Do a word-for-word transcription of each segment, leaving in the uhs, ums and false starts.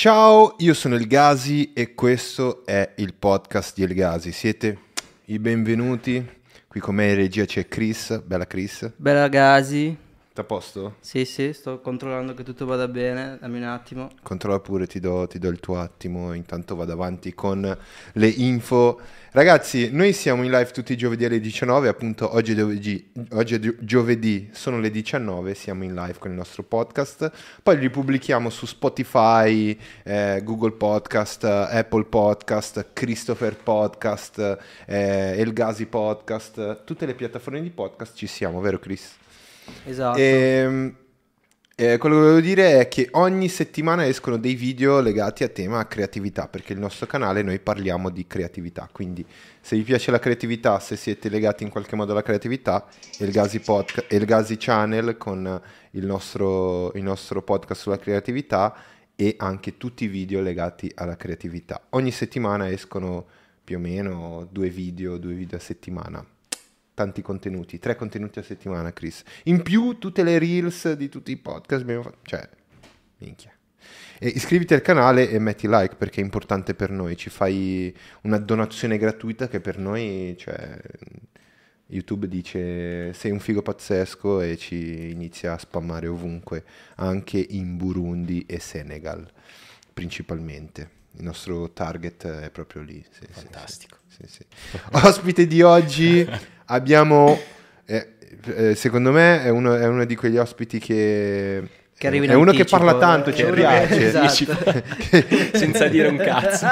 Ciao, io sono El Gasi e questo è il podcast di El Gasi. Siete i benvenuti. Qui con me in regia c'è Chris. Bella Chris. Bella Gasi. T'à posto? Sì, sì, sto controllando che tutto vada bene. Dammi un attimo. Controlla pure, ti do, ti do il tuo attimo. Intanto vado avanti con le info. Ragazzi, noi siamo in live tutti i giovedì alle diciannove. Appunto, oggi è giovedì, oggi è giovedì, sono le diciannove. Siamo in live con il nostro podcast. Poi li pubblichiamo su Spotify, eh, Google Podcast, Apple Podcast, Christopher Podcast, eh, El Gasi Podcast. Tutte le piattaforme di podcast ci siamo, vero Chris? Esatto. E, eh, quello che volevo dire è che ogni settimana escono dei video legati a tema creatività, perché il nostro canale noi parliamo di creatività, quindi se vi piace la creatività, se siete legati in qualche modo alla creatività, El Gasi Podcast, El Gasi Channel con il nostro, il nostro podcast sulla creatività e anche tutti i video legati alla creatività. Ogni settimana escono più o meno due video, due video a settimana. Tanti contenuti, tre contenuti a settimana, Chris. In più tutte le reels di tutti i podcast abbiamo fatto, cioè, minchia. E iscriviti al canale e metti like perché è importante per noi, ci fai una donazione gratuita che per noi, cioè, YouTube dice sei un figo pazzesco e ci inizia a spammare ovunque, anche in Burundi e Senegal, principalmente. Il nostro target è proprio lì. Sì, fantastico. Sì, sì, sì. Ospite di oggi abbiamo, eh, eh, secondo me è uno, è uno di quegli ospiti che, che arriva in è uno anticipo, che parla tanto, eh, ci eh, piace, esatto. senza dire un cazzo.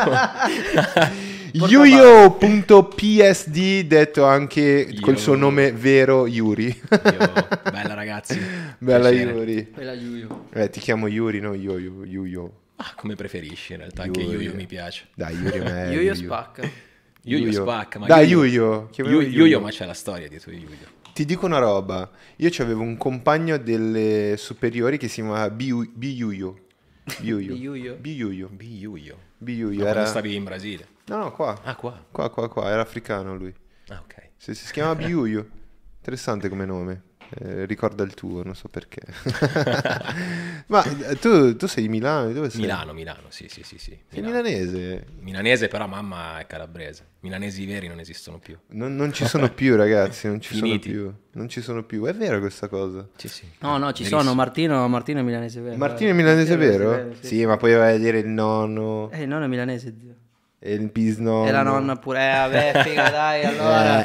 Yuyo punto P S D, detto anche Yo. col suo nome vero Yuri. Yo. Bella ragazzi. Bella Piacere. Yuri. Bella Yuyo. Eh, ti chiamo Yuri, no Yo-Yo, Yuyo. Ah, come preferisci in realtà, anche Yuyo mi piace. Dai, Yuri a me è Yuyo spacca. Yuyo Yuyo. spacca, ma Dai, Yuyo. Yuyo. chiamiamolo Yuyo, Yuyo, ma c'è la storia dietro Yuyo. Ti dico una roba, io avevo un compagno delle superiori che si chiamava Biuyo. Biuyo. Biuyo. Biuyo. Yuyo. Biuyo. Ma Era... quando stavi in Brasile? No, no, qua. Ah, qua. Qua, qua, qua. Era africano lui. Ah, ok. Si, si chiama Biuyo. Interessante come nome. Eh, ricorda il tuo, non so perché. Ma eh, tu, tu sei di Milano? Dove sei? Milano, Milano, sì, sì, sì, sì. Sei Milano. milanese? Milanese, però mamma è calabrese. Milanesi veri non esistono più. Non, non ci sono più, ragazzi, non ci Finiti. sono più. Non ci sono più. È vera questa cosa? Sì, sì. No, no, ci Verissimo. sono. Martino, Martino è milanese vero. Martino è milanese Sì, vero? sì, Sì, ma poi vai a dire il nonno Eh, il nonno è milanese, zio. e il bisnonno. E la nonna pure. Eh, vabbè, figa, dai, allora.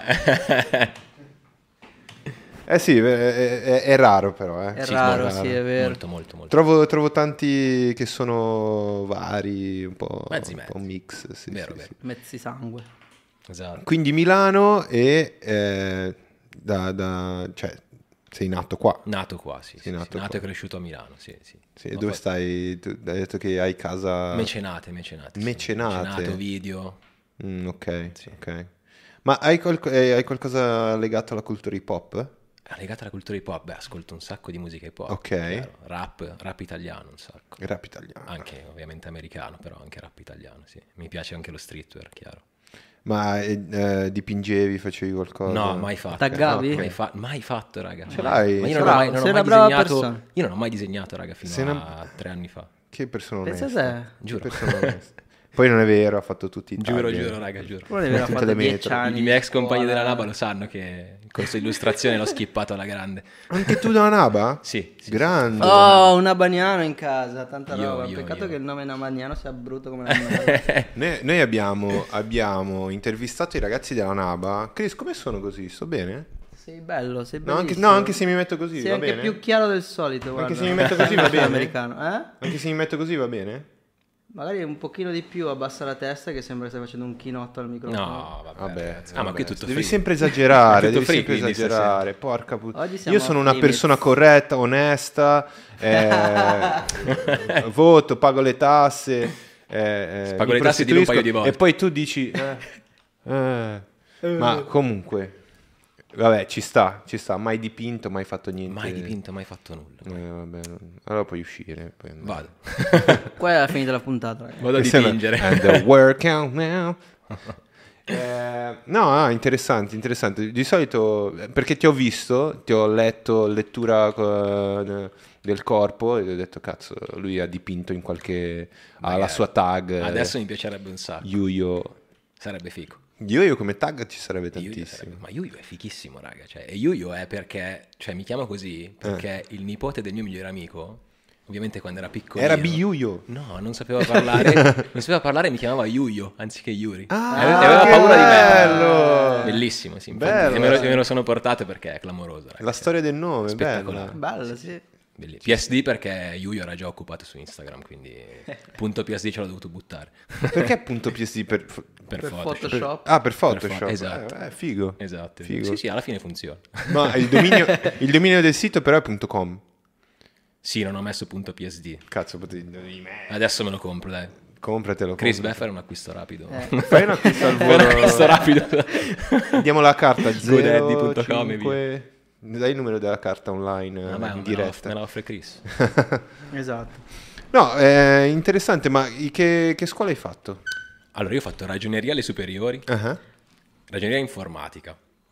Eh sì, è, è- è raro però, eh. È Sì, raro, molto, sì, è vero. Molto, molto, molto. Trovo, trovo tanti che sono vari, un po', Mezzi, un mezzi. po' mix. Sì, Vero, sì, vero. sì. Mezzi sangue. Esatto. Quindi Milano e eh, da, da- cioè, sei nato qua. Nato qua, sì. sì, nato sì. Nato qua. e cresciuto a Milano, sì, sì. Sì, Ho dove fatto- stai? Tu hai detto che hai casa... Mecenate, mecenate. sì. Mecenate. Mecenato, video. Mm, ok, Sì. ok. Ma hai, qualco- eh, hai qualcosa legato alla cultura hip hop? Ah, legata alla cultura hip hop, beh, ascolto un sacco di musica hip hop. Ok. chiaro. Rap, rap italiano un sacco. Rap italiano. Anche ovviamente americano, però anche rap italiano, sì. Mi piace anche lo streetwear, chiaro. Ma eh, eh, dipingevi, facevi qualcosa? No, mai fatto. Taggavi? Mai, fa- mai fatto, raga. Ce mai. l'hai? Ma io Ce non ho l'hai? mai, non ho Sei mai una brava disegnato. persona. Io non ho mai disegnato, raga, fino Sei a una- tre anni fa. Che persona Pensa onesta. te. Giuro. Che persona onesta. Poi non è vero, ha fatto tutti i Giuro, tag. giuro, raga, giuro. Uno deve aver Tutte fatto le dieci metro. anni. I miei ex di compagni scuola. della Naba lo sanno che il corso di illustrazione l'ho skippato alla grande. Anche tu da Naba? Sì, sì, Grande. Oh, un abaniano in casa, tanta Io, roba. io, Peccato io. che il nome Nabaniano sia brutto come la merda. Noi, noi abbiamo, abbiamo intervistato i ragazzi della Naba. Chris, come sono così? Sto bene? Sei bello, sei No, anche, bellissimo. no, anche se mi metto così, Sei va anche bene? più chiaro del solito, guarda. Anche se mi metto così va bene? Americano, eh? Anche se mi metto così va bene? Magari un pochino di più, abbassa la testa che sembra che stai facendo un chinotto al microfono. No, vabbè. Vabbè, ragazzi. Ah, ma vabbè. qui è tutto devi free. sempre esagerare, È tutto devi free, sempre quindi esagerare. Porca puttana. Oggi siamo Io sono off una limits. persona corretta, onesta, eh, voto, pago le tasse, eh, eh, Pago mi le tasse e dillo un prostituisco, paio di volte. e poi tu dici eh, eh. Ma comunque vabbè, ci sta, ci sta, mai dipinto, mai fatto niente. Mai dipinto, mai fatto nulla. Eh, vabbè, allora puoi uscire, poi andare. Vado. Qua è la finita la puntata, ragazzi. Vado a Questa è una- dipingere. And the workout now. Eh, no, ah, interessante, interessante. Di solito, perché ti ho visto, ti ho letto lettura eh, del corpo e ho detto, cazzo, lui ha dipinto in qualche... ha la Magari. sua tag. Adesso mi piacerebbe un sacco. Yuyo. Sarebbe figo. Yuyo come tag ci sarebbe Yuyo tantissimo. sarebbe- Ma Yuyo è fighissimo, raga. Cioè, e Yuyo è perché, cioè, mi chiamo così perché il nipote del mio migliore amico, ovviamente quando era piccolino, Era Biyuyo. no, non sapeva parlare, non sapeva parlare e mi chiamava Yuyo anziché Yuri. Ah, E ave- e aveva che paura di me. bello! Bellissimo, sì. infatti, Bello. e me, lo, e me lo sono portato perché è clamoroso, raga. La storia del nome, Spettacolare. bella. Bello, sì. Belli- P S D perché Yuyo era già occupato su Instagram, quindi punto P S D ce l'ho dovuto buttare. Perché punto P S D per... Per, Per Photoshop. Photoshop. Ah, per fo- Photoshop. esatto. Eh, eh, figo. Esatto. Figo. Sì, sì, alla fine funziona. Ma il dominio, il dominio del sito però è .com. Sì, non ho messo punto P S D. Cazzo, potevi di me. Adesso me lo compro, dai. Compratelo. Chris compratelo. Beffer è un acquisto rapido. Eh. Fai un acquisto al È un acquisto volo. rapido. Diamo la carta Godaddy zero punto com e cinque. Dai il numero della carta online eh, Vabbè, in me la, diretta. me la offre Chris. Esatto. No, è interessante, ma i- che, che scuola hai fatto? Allora, io ho fatto ragioneria alle superiori, Ah, ragioneria informatica.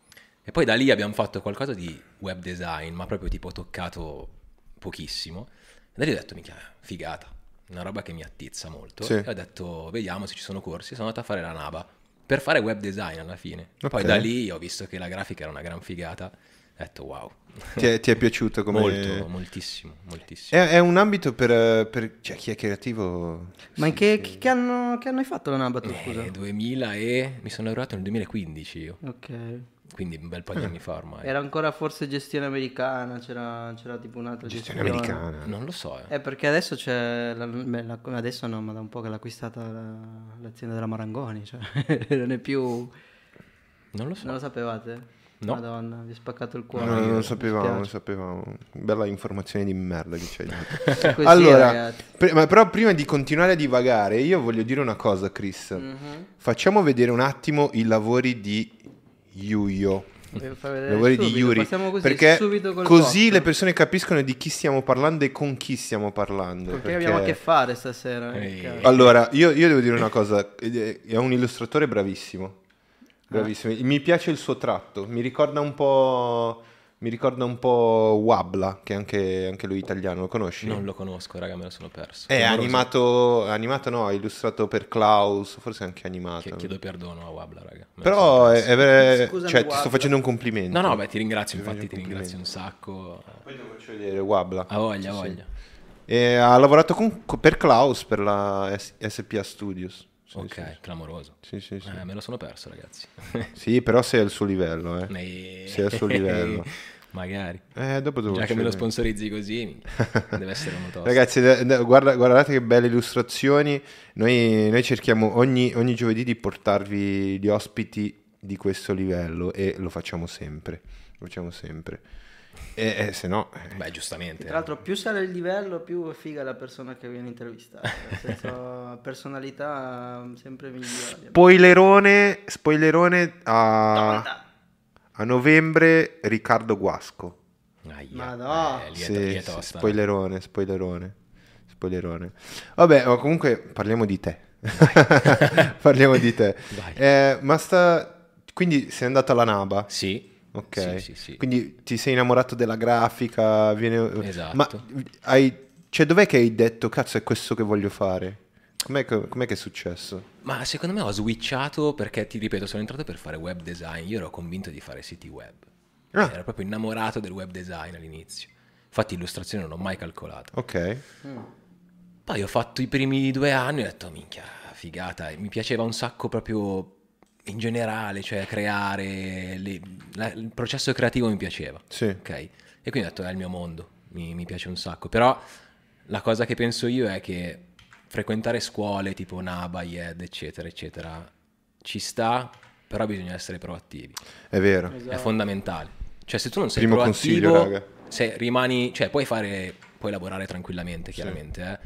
E poi da lì abbiamo fatto qualcosa di web design, ma proprio tipo toccato pochissimo. E da lì ho detto, mica, figata, una roba che mi attizza molto. Sì. E ho detto, vediamo se ci sono corsi. Sono andato a fare la NABA per fare web design alla fine. Ok. Poi da lì ho visto che la grafica era una gran figata. Ho detto, wow. Ti è, ti è piaciuto come... Molto, moltissimo, moltissimo. È, è un ambito per, per- cioè, chi è creativo. Ma in che, che, che anno, che anno hai fatto la NABA tu, scusa? Eh, duemila e... mi sono laureato nel duemilaquindici io, Ok. quindi un bel po' di anni fa ormai. Era ancora forse gestione americana, c'era, c'era tipo un'altra Gestione gestione. americana. Non lo so, eh. Eh, perché adesso c'è, la, beh, la- adesso no, ma da un po' che l'ha acquistata la- l'azienda della Marangoni, cioè non è più, Non lo so. non lo sapevate? No. Madonna, vi ho spaccato il cuore. No, non Mi sapevamo, non dispiace. sapevamo. Bella informazione di merda che c'hai dato. Così, Allora, ragazzi. pre- ma però prima di continuare a divagare, io voglio dire una cosa, Chris. Mhm. Facciamo vedere un attimo i lavori di Yuyo. Voglio far I vedere lavori di subito, Yuri. passiamo così, Perché subito col così top. le persone capiscono di chi stiamo parlando e con chi stiamo parlando. Perché perché- abbiamo a che fare stasera. eh, Ehi. cazzo. Allora, io, io devo dire una cosa, eh, è un illustratore bravissimo, bravissimo. Mi piace il suo tratto, mi ricorda un po', mi ricorda un po' Wabla, che è anche, anche lui italiano, lo conosci? Non lo conosco, raga, me lo sono perso. È Clamoroso. animato, animato no, è illustrato per Klaus, forse anche animato. Chie- Chiedo perdono a Wabla, raga. Me lo Però sono è, perso. è ver- Scusami, cioè, ti sto Wabla. facendo un complimento. No, no, beh, ti ringrazio, Ti infatti ti faccio un ringrazio un sacco. Poi te lo faccio vedere, Wabla. Ha voglia, ha Sì, sì. voglia. E ha lavorato con- per Klaus per la S- SPA Studios. Sì, Ok, sì, clamoroso. sì, sì, sì. Eh, me lo sono perso, ragazzi. Sì, però sei al suo livello, eh. Nei- Sei al suo livello. Magari. Eh, dopo devo Già che faccio me lo vedere. sponsorizzi così, minchia, deve essere uno tosto. Ragazzi, da- da- guarda- guardate che belle illustrazioni. Noi, noi cerchiamo ogni, ogni giovedì di portarvi gli ospiti di questo livello e lo facciamo sempre. Lo facciamo sempre. E, e se no... eh, Beh, giustamente. Tra l'altro più sale il livello più è figa la persona che viene intervistata. Nel senso, personalità sempre migliori. Spoilerone, spoilerone a, a novembre Riccardo Guasco. Aia, Ma no. eh, lì è, Sì, lì è sì, tosta. spoilerone, spoilerone, spoilerone. Vabbè, ma comunque parliamo di te. Parliamo di te. Vai. Eh, ma sta... Quindi sei andato alla NABA? Sì. Ok. Sì, sì, sì. Quindi ti sei innamorato della grafica? Viene... Esatto. Ma hai... Cioè, dov'è che hai detto, cazzo, è questo che voglio fare? Com'è che, com'è che è successo? Ma secondo me ho switchato perché, ti ripeto, sono entrato per fare web design. Io ero convinto di fare siti web. Ah. Ero proprio innamorato del web design all'inizio. Infatti illustrazione non ho mai calcolato. Ok. Poi ho fatto i primi due anni e ho detto, minchia, figata. E mi piaceva un sacco proprio in generale, cioè creare, le- la- il processo creativo mi piaceva. Sì. Ok? E quindi ho detto, è il mio mondo, mi, mi piace un sacco. Però la cosa che penso io è che frequentare scuole tipo NABA, I E D, eccetera, eccetera, ci sta, però bisogna essere proattivi. È vero. È fondamentale. Cioè, se tu non sei Primo proattivo, consiglio, raga. se rimani, cioè puoi fare, puoi lavorare tranquillamente, chiaramente, eh.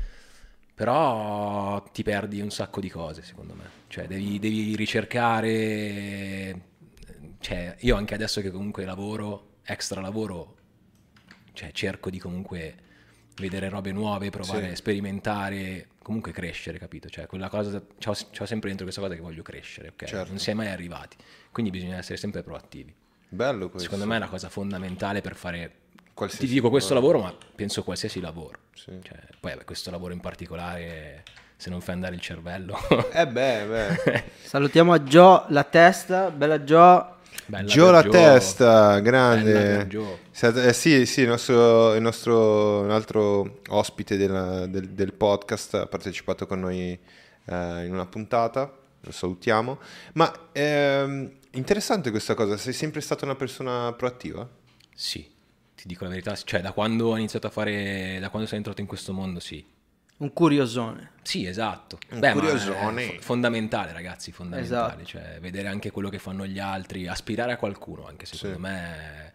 Però ti perdi un sacco di cose, secondo me. Cioè, devi, devi ricercare. Cioè, io anche adesso che comunque lavoro, extra lavoro, cioè cerco di comunque vedere robe nuove, provare, Sì. sperimentare. comunque crescere, capito? Cioè quella cosa, c'ho, c'ho sempre dentro questa cosa che voglio crescere, ok? Certo. Non si è mai arrivati, quindi bisogna essere sempre proattivi. Bello questo. Secondo me è una cosa fondamentale per fare, Qualsiasi ti dico questo lavoro. lavoro, ma penso qualsiasi lavoro. Sì. Cioè, poi vabbè, questo lavoro in particolare, se non fai andare il cervello... Eh beh, beh. Salutiamo a Gio la testa, bella Gio. Bella Gio per la Gio. testa, Bella grande. per Gio. Siete- eh, sì, sì, il nostro, il nostro un altro ospite della- del, del podcast ha partecipato con noi eh, in una puntata, lo salutiamo. Ma ehm, interessante questa cosa, sei sempre stata una persona proattiva? Sì, ti dico la verità, cioè da quando ho iniziato a fare, da quando sono entrato in questo mondo, sì. Un curiosone. Sì, esatto. Un Beh, ma curiosone. è fo- fondamentale, ragazzi, fondamentale. Esatto. Cioè, vedere anche quello che fanno gli altri, aspirare a qualcuno, anche secondo Sì. me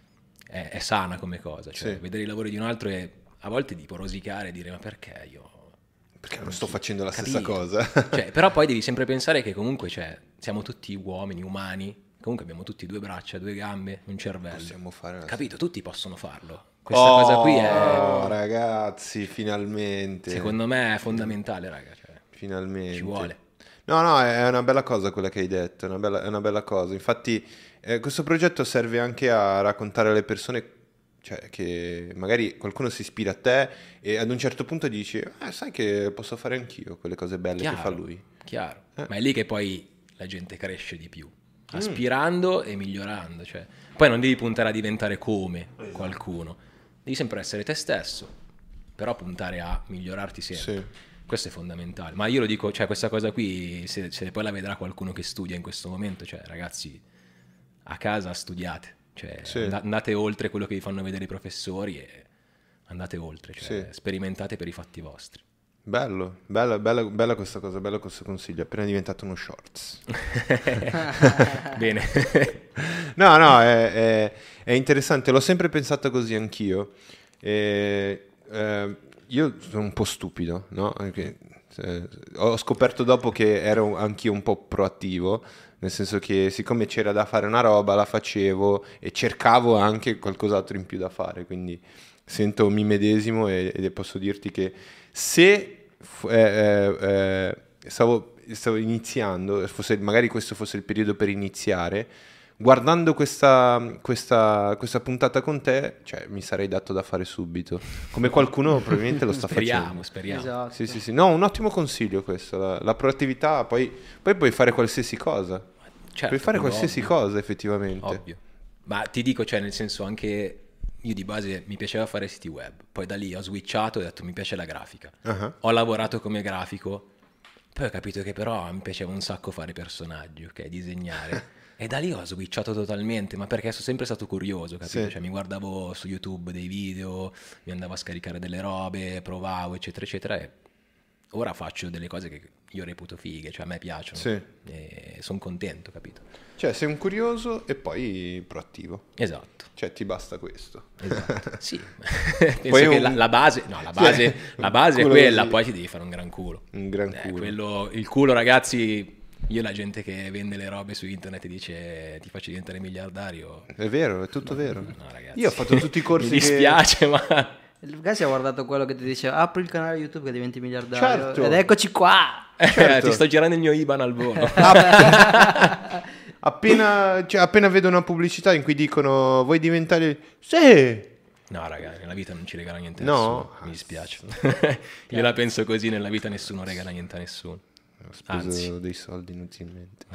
è, è sana come cosa. Cioè, Sì. vedere i lavori di un altro e a volte tipo rosicare e dire ma perché io... Perché non sto facendo la Capito? stessa cosa. Cioè, però poi devi sempre pensare che comunque cioè, siamo tutti uomini, umani, comunque abbiamo tutti due braccia, due gambe, un cervello. Possiamo fare la Capito? Tutti possono farlo. Questa Oh, cosa qui è, ragazzi, finalmente. secondo me, è fondamentale, raga. Cioè, Finalmente. ci vuole. No, no, è una bella cosa quella che hai detto, è una bella, è una bella cosa. Infatti, eh, questo progetto serve anche a raccontare alle persone, cioè, che magari qualcuno si ispira a te e ad un certo punto dici, eh, sai che posso fare anch'io quelle cose belle Chiaro, che fa lui. chiaro. Eh. Ma è lì che poi la gente cresce di più, aspirando e migliorando. Cioè, poi non devi puntare a diventare come qualcuno, devi sempre essere te stesso, però puntare a migliorarti sempre. Sì. Questo è fondamentale. Ma io lo dico, cioè questa cosa qui, se, se poi la vedrà qualcuno che studia in questo momento, cioè ragazzi, a casa studiate, cioè Sì. and- andate oltre quello che vi fanno vedere i professori e andate oltre, cioè Sì. sperimentate per i fatti vostri. Bello, bella, bella, bella questa cosa, bello questo consiglio, è appena diventato uno shorts. Bene. No, no, è, è- è interessante, l'ho sempre pensato così anch'io. E, eh, io sono un po' stupido, no? Perché, eh, ho scoperto dopo che ero anch'io un po' proattivo, nel senso che siccome c'era da fare una roba la facevo e cercavo anche qualcos'altro in più da fare, quindi sento mi medesimo e, e posso dirti che se fu- eh, eh, eh, stavo, stavo iniziando, fosse, magari questo fosse il periodo per iniziare, guardando questa, questa, questa puntata con te, cioè, mi sarei dato da fare subito, come qualcuno probabilmente lo sta Speriamo, facendo. speriamo. Esatto. Sì, sì, sì. No, un ottimo consiglio questo, la, la proattività, poi, poi puoi fare qualsiasi cosa, Certo, puoi fare quello qualsiasi ovvio, cosa effettivamente. ovvio. Ma ti dico, cioè nel senso anche io di base mi piaceva fare siti web, poi da lì ho switchato e ho detto mi piace la grafica. Ah, Ho lavorato come grafico, poi ho capito che però mi piaceva un sacco fare personaggi, ok, disegnare. E da lì ho switchato totalmente, ma perché sono sempre stato curioso, capito? Sì. Cioè mi guardavo su YouTube dei video, mi andavo a scaricare delle robe, provavo, eccetera, eccetera, e ora faccio delle cose che io reputo fighe, cioè a me piacciono. Sì. E sono contento, capito? Cioè, sei un curioso e poi proattivo. Esatto. Cioè, ti basta questo. Esatto. Sì, penso Poi che un- la, la base, no, la base, Cioè, la base è culo quella, così. poi ti devi fare un gran culo. Un gran Eh, culo. quello- il culo, ragazzi, io la gente che vende le robe su internet e dice ti faccio diventare miliardario. È vero, è tutto vero. No, ragazzi. Io ho fatto tutti i corsi Mi che- dispiace, ma Il Gassi ha guardato quello che ti diceva apri il canale YouTube che diventi miliardario. Certo. Ed eccoci qua. Certo. ti sto girando il mio I B A N al volo. Appena, cioè, appena vedo una pubblicità in cui dicono vuoi diventare... Sì! No, ragazzi, nella vita non ci regala niente a No. nessuno. Mi dispiace. Io la penso così, nella vita nessuno regala niente a nessuno. Ho speso Anzi. dei soldi inutilmente.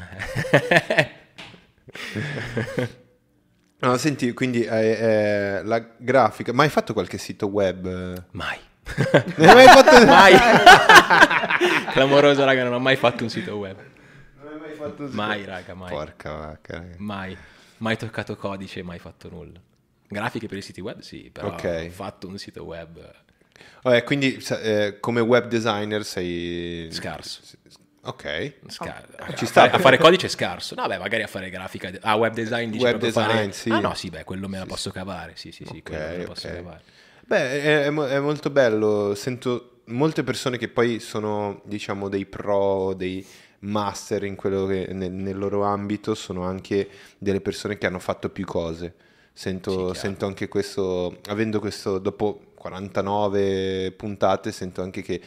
No, senti, quindi eh, eh, la grafica... Ma hai fatto qualche sito web? Mai. Non hai mai fatto... Mai. Clamoroso, raga, non ho mai fatto un sito web. Non hai mai fatto un sito- Mai, raga, mai. Porca vacca, raga. Mai. Mai toccato codice, mai fatto nulla. Grafiche per i siti web, sì, però Ok. ho fatto un sito web Vabbè, quindi sa- eh, come web designer sei... scarso. Ok. Scar- a, ci a sta. fare, a fare codice scarso. No, beh, magari a fare grafica. Ah, web design, dici Web proprio design, fare... sì. Ah, no, sì, beh, quello me la posso cavare. Sì, sì, sì, Ok, quello me la posso ok. cavare. Beh, è, è mo- è molto bello. Sento molte persone che poi sono, diciamo, dei pro, dei master in quello che nel, nel loro ambito, sono anche delle persone che hanno fatto più cose. Sento, Sì, chiaro. sento anche questo, avendo questo, dopo quarantanove puntate, sento anche che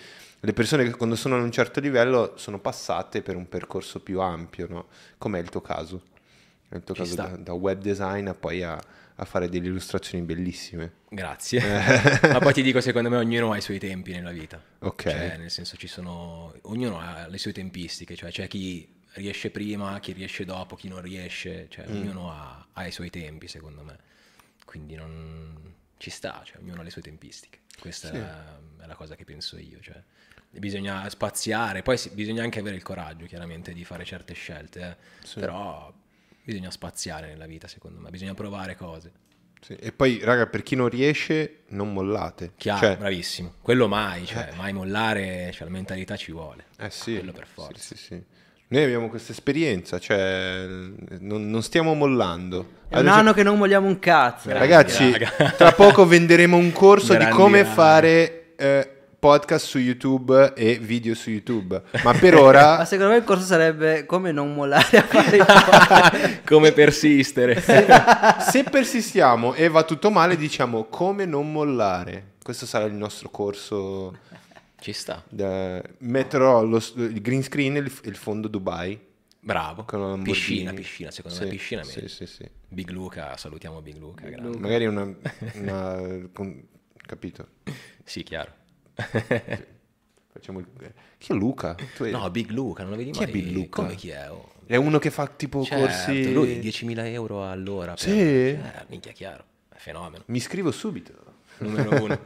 le persone che quando sono a un certo livello sono passate per un percorso più ampio, no? Com'è il tuo caso? Nel tuo Ci caso sta. da, da web design a poi a, a fare delle illustrazioni bellissime. Grazie. Ma poi ti dico, secondo me ognuno ha i suoi tempi nella vita. Ok. Cioè, nel senso ci sono... Ognuno ha le sue tempistiche, cioè c'è chi riesce prima, chi riesce dopo, chi non riesce. Cioè, Mm. ognuno ha, ha i suoi tempi, secondo me. Quindi non... ci sta, cioè ognuno ha le sue tempistiche. Questa Sì. è, la, è la cosa che penso io, cioè bisogna spaziare, poi sì, bisogna anche avere il coraggio, chiaramente, di fare certe scelte, eh. Sì. Però bisogna spaziare nella vita, secondo me, bisogna provare cose. Sì. E poi, raga, per chi non riesce, non mollate. Chiaro, Cioè, bravissimo. Quello mai, cioè, mai mollare, cioè, la mentalità ci vuole. eh sì, Quello per forza. Sì, sì, sì. Noi abbiamo questa esperienza, cioè non, non stiamo mollando. È un Adesso- anno che non vogliamo un cazzo. Grandi, Ragazzi, raga. tra poco venderemo un corso di Grandi, come raga. fare eh, podcast su YouTube e video su YouTube. Ma per ora... Ma secondo me il corso sarebbe come non mollare a fare i podcast. Come persistere. Se persistiamo e va tutto male, diciamo come non mollare. Questo sarà il nostro corso. Ci sta. Da... Metterò lo- il green screen e il, il fondo Dubai. Bravo. Con la Lamborghini. Piscina, piscina, secondo Sì, me piscina sì, meglio. sì, sì. Big Luca, salutiamo Big Luca. Big grande. Luca. Magari una, una- con- capito? Sì, chiaro. Facciamo il... Chi è Luca? Tu eri- No, Big Luca, non lo vedi Chi mai? è Big Luca? Come chi è? Oh. È uno che fa tipo Certo, corsi... lui diecimila euro all'ora. per- Sì? Eh, minchia, chiaro. È fenomeno. Mi iscrivo subito. Numero uno.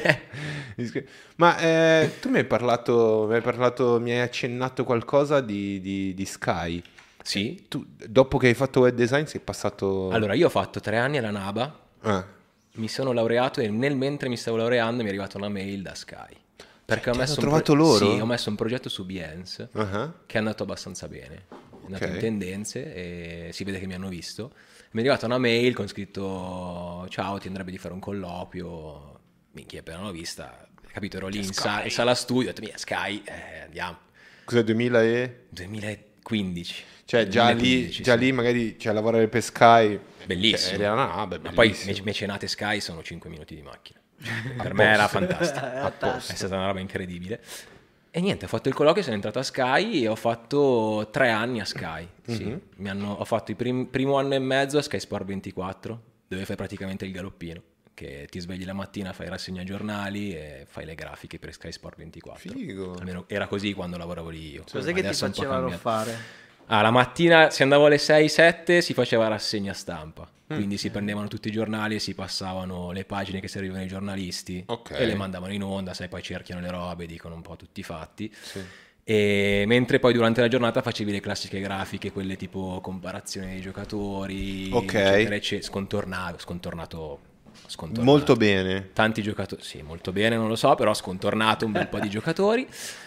Mi iscri- Ma eh, tu mi hai parlato, mi hai parlato, mi hai accennato qualcosa di, di- di Sky. Sì. Tu, dopo che hai fatto web design, sei passato... Allora, io ho fatto tre anni alla NABA, Ah, mi sono laureato e nel mentre mi stavo laureando mi è arrivata una mail da Sky. Perché Cioè, ho ti messo hanno un trovato loro? Sì, ho messo un progetto su Behance ah, che è andato abbastanza bene. È andato Ok. in tendenze e si vede che mi hanno visto. Mi è arrivata una mail con scritto ciao, ti andrebbe di fare un colloquio. Minchia, appena l'ho vista, capito, ero lì in, sa- in sala studio, ho detto, mia, Sky, eh, andiamo. Cos'è, duemila e... duemilaquindici. Cioè già lì, duemilaquindici, già sì. lì magari cioè, lavorare per Sky... Bellissimo. Cioè, era una- ah, beh, Ma poi bellissimo. mec- mecenate Sky sono cinque minuti di macchina. Per me era fantastico. A posto. È stata una roba incredibile. E niente, ho fatto il colloquio, sono entrato a Sky e ho fatto tre anni a Sky. Sì. Mhm. Mi hanno- ho fatto il prim- primo anno e mezzo a Sky Sport ventiquattro, dove fai praticamente il galoppino, che ti svegli la mattina, fai rassegna giornali e fai le grafiche per Sky Sport ventiquattro. Figo. Almeno era così quando lavoravo lì io. Cos'è che ti Adesso è un po' facevano cambiato. fare? Ah, la mattina se andavo alle sei sette si faceva rassegna stampa, quindi si prendevano tutti i giornali e si passavano le pagine che servivano ai giornalisti Ok. e le mandavano in onda, sai, poi cerchiano le robe, dicono un po' tutti i fatti. Sì. E mentre poi durante la giornata facevi le classiche grafiche, quelle tipo comparazione dei giocatori, Ok. eccetera, eccetera, scontornato, scontornato, scontornato. Molto bene. Tanti giocatori, sì, molto bene, non lo so, però scontornato un bel po' di giocatori.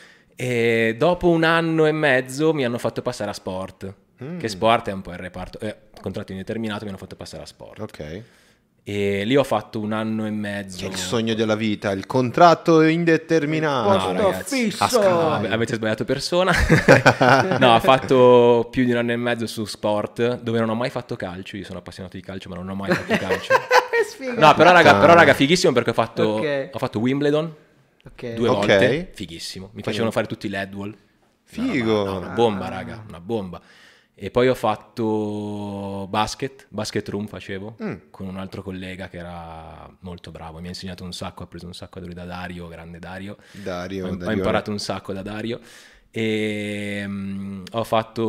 E dopo un anno e mezzo mi hanno fatto passare a Sport, Mm. che Sport è un po' il reparto, eh, contratto indeterminato, mi hanno fatto passare a Sport. Ok. E lì ho fatto un anno e mezzo. Che è il sogno della vita, il contratto indeterminato. Posto No, ragazzi. fisso. A Sky. No, vabbè, avete sbagliato persona. No, ho fatto più di un anno e mezzo su Sport, dove non ho mai fatto calcio. Io sono appassionato di calcio, ma non ho mai fatto calcio. Che sfiga. No, però raga, però raga, fighissimo perché ho fatto, Ok. ho fatto Wimbledon Ok. due Ok. volte, fighissimo. Mi facevano fare tutti i Ledwall. Figo. Una, roba- no, una bomba, raga, una bomba. E poi ho fatto basket, basket room facevo, Mm. con un altro collega che era molto bravo, mi ha insegnato un sacco, ha preso un sacco da lui, da Dario, grande Dario. Dario, ho, ho Dario. imparato un sacco da Dario. E mm, ho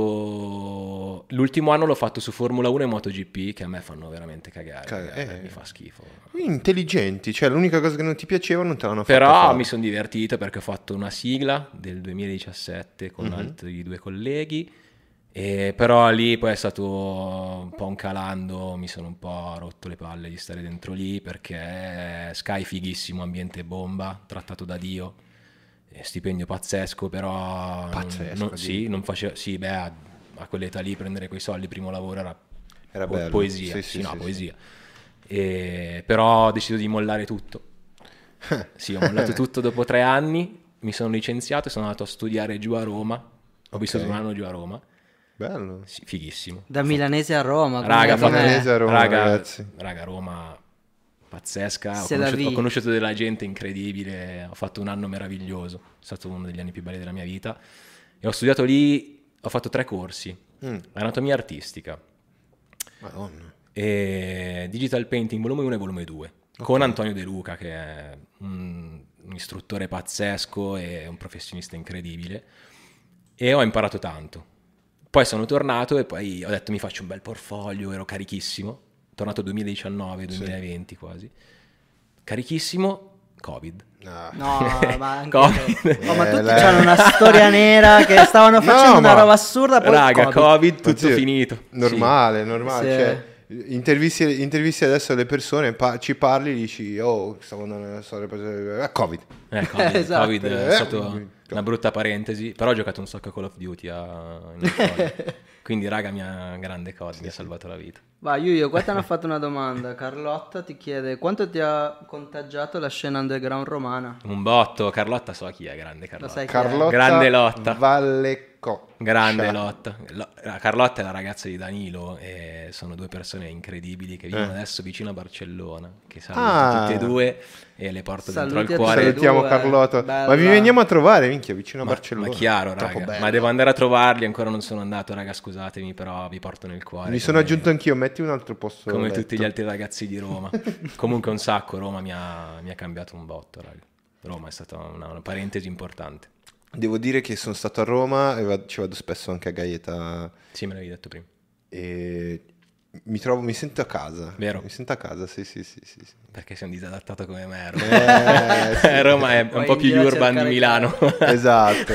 fatto l'ultimo anno l'ho fatto su Formula uno e MotoGP, che a me fanno veramente cagare, Cag- ragazzi, eh. mi fa schifo. Intelligenti, cioè l'unica cosa che non ti piaceva non te l'hanno fatta Però fare. mi sono divertito perché ho fatto una sigla del duemiladiciassette con Mhm. altri due colleghi, e però lì poi è stato un po' un calando, mi sono un po' rotto le palle di stare dentro lì perché Sky fighissimo, ambiente bomba, trattato da Dio, eh, stipendio pazzesco, però non- Pazzesco, non, addirittura. sì, non faceva, sì, beh, a, a quell'età lì prendere quei soldi, primo lavoro era, Era po- bello. poesia, Sì, sì, sì, no, sì, poesia. E, però ho deciso di mollare tutto. Sì, ho mollato tutto dopo tre anni, mi sono licenziato e sono andato a studiare giù a Roma. Ho Ok. vissuto un anno giù a Roma. Bello. Sì, fighissimo. Da milanese a Roma. Raga, come fa- me. Milanese a Roma, raga, ragazzi. raga, Roma pazzesca, ho Se la conosciuto, ho vi. conosciuto della gente incredibile, ho fatto un anno meraviglioso, è stato uno degli anni più belli della mia vita e ho studiato lì, ho fatto tre corsi, Mm. anatomia artistica, Madonna. e digital painting volume uno e volume due, con Antonio De Luca che è un, un istruttore pazzesco e un professionista incredibile, e ho imparato tanto. Poi sono tornato e poi ho detto mi faccio un bel portfolio, ero carichissimo, tornato duemiladiciannove duemilaventi quasi, carichissimo, Covid. Ah. No, ma anche Covid. Oh, ma Eh, tutti lei- hanno una storia nera che stavano facendo una ma- roba assurda, poi Raga, Covid. Covid, tutto Oddio, finito. Normale, normale. Sì. Cioè, intervisti, intervisti adesso le persone, pa- ci parli, dici, oh, stavo andando nella storia, eh, Covid. Sì. Eh, Covid, Esatto. Covid è Eh, stato eh, una brutta parentesi, però ho giocato un sacco a Call of Duty a... in Covid. Quindi raga, mia grande cosa, mi ha salvato la vita. Va, Yuyo, qua ti hanno fatto una domanda. Carlotta ti chiede quanto ti ha contagiato la scena underground romana? Un botto, Carlotta so chi è, grande Lo Carlotta. sai chi è? Carlotta Grande lotta. Vallecco. Grande Lotta. Lo- la Carlotta è la ragazza di Danilo e sono due persone incredibili che vivono Eh. adesso vicino a Barcellona, che saluto Ah. tutte e due e le porto Saluti dentro a al cuore. tutte e Salutiamo due, Carlotta. bella. Ma vi veniamo a trovare, minchia, vicino a Ma, Barcellona. ma chiaro, Troppo raga. bello. Ma devo andare a trovarli, ancora non sono andato, raga, scusatemi, però vi porto nel cuore. Mi sono come- aggiunto anch'io, metti un altro posto. come letto. tutti gli altri ragazzi di Roma. Comunque un sacco, Roma mi ha, mi ha cambiato un botto, raga. Roma è stata una, una parentesi importante. Devo dire che sono stato a Roma e vado- ci vado spesso anche a Gaeta Sì, me l'avevi detto prima. e mi trovo, mi sento a casa. Vero. Mi sento a casa, sì, sì, sì, sì, sì. Perché sei un disadattato come me. Roma, Eh, sì. Roma è un Vai po' in più giro a urban di cercare Milano. Esatto.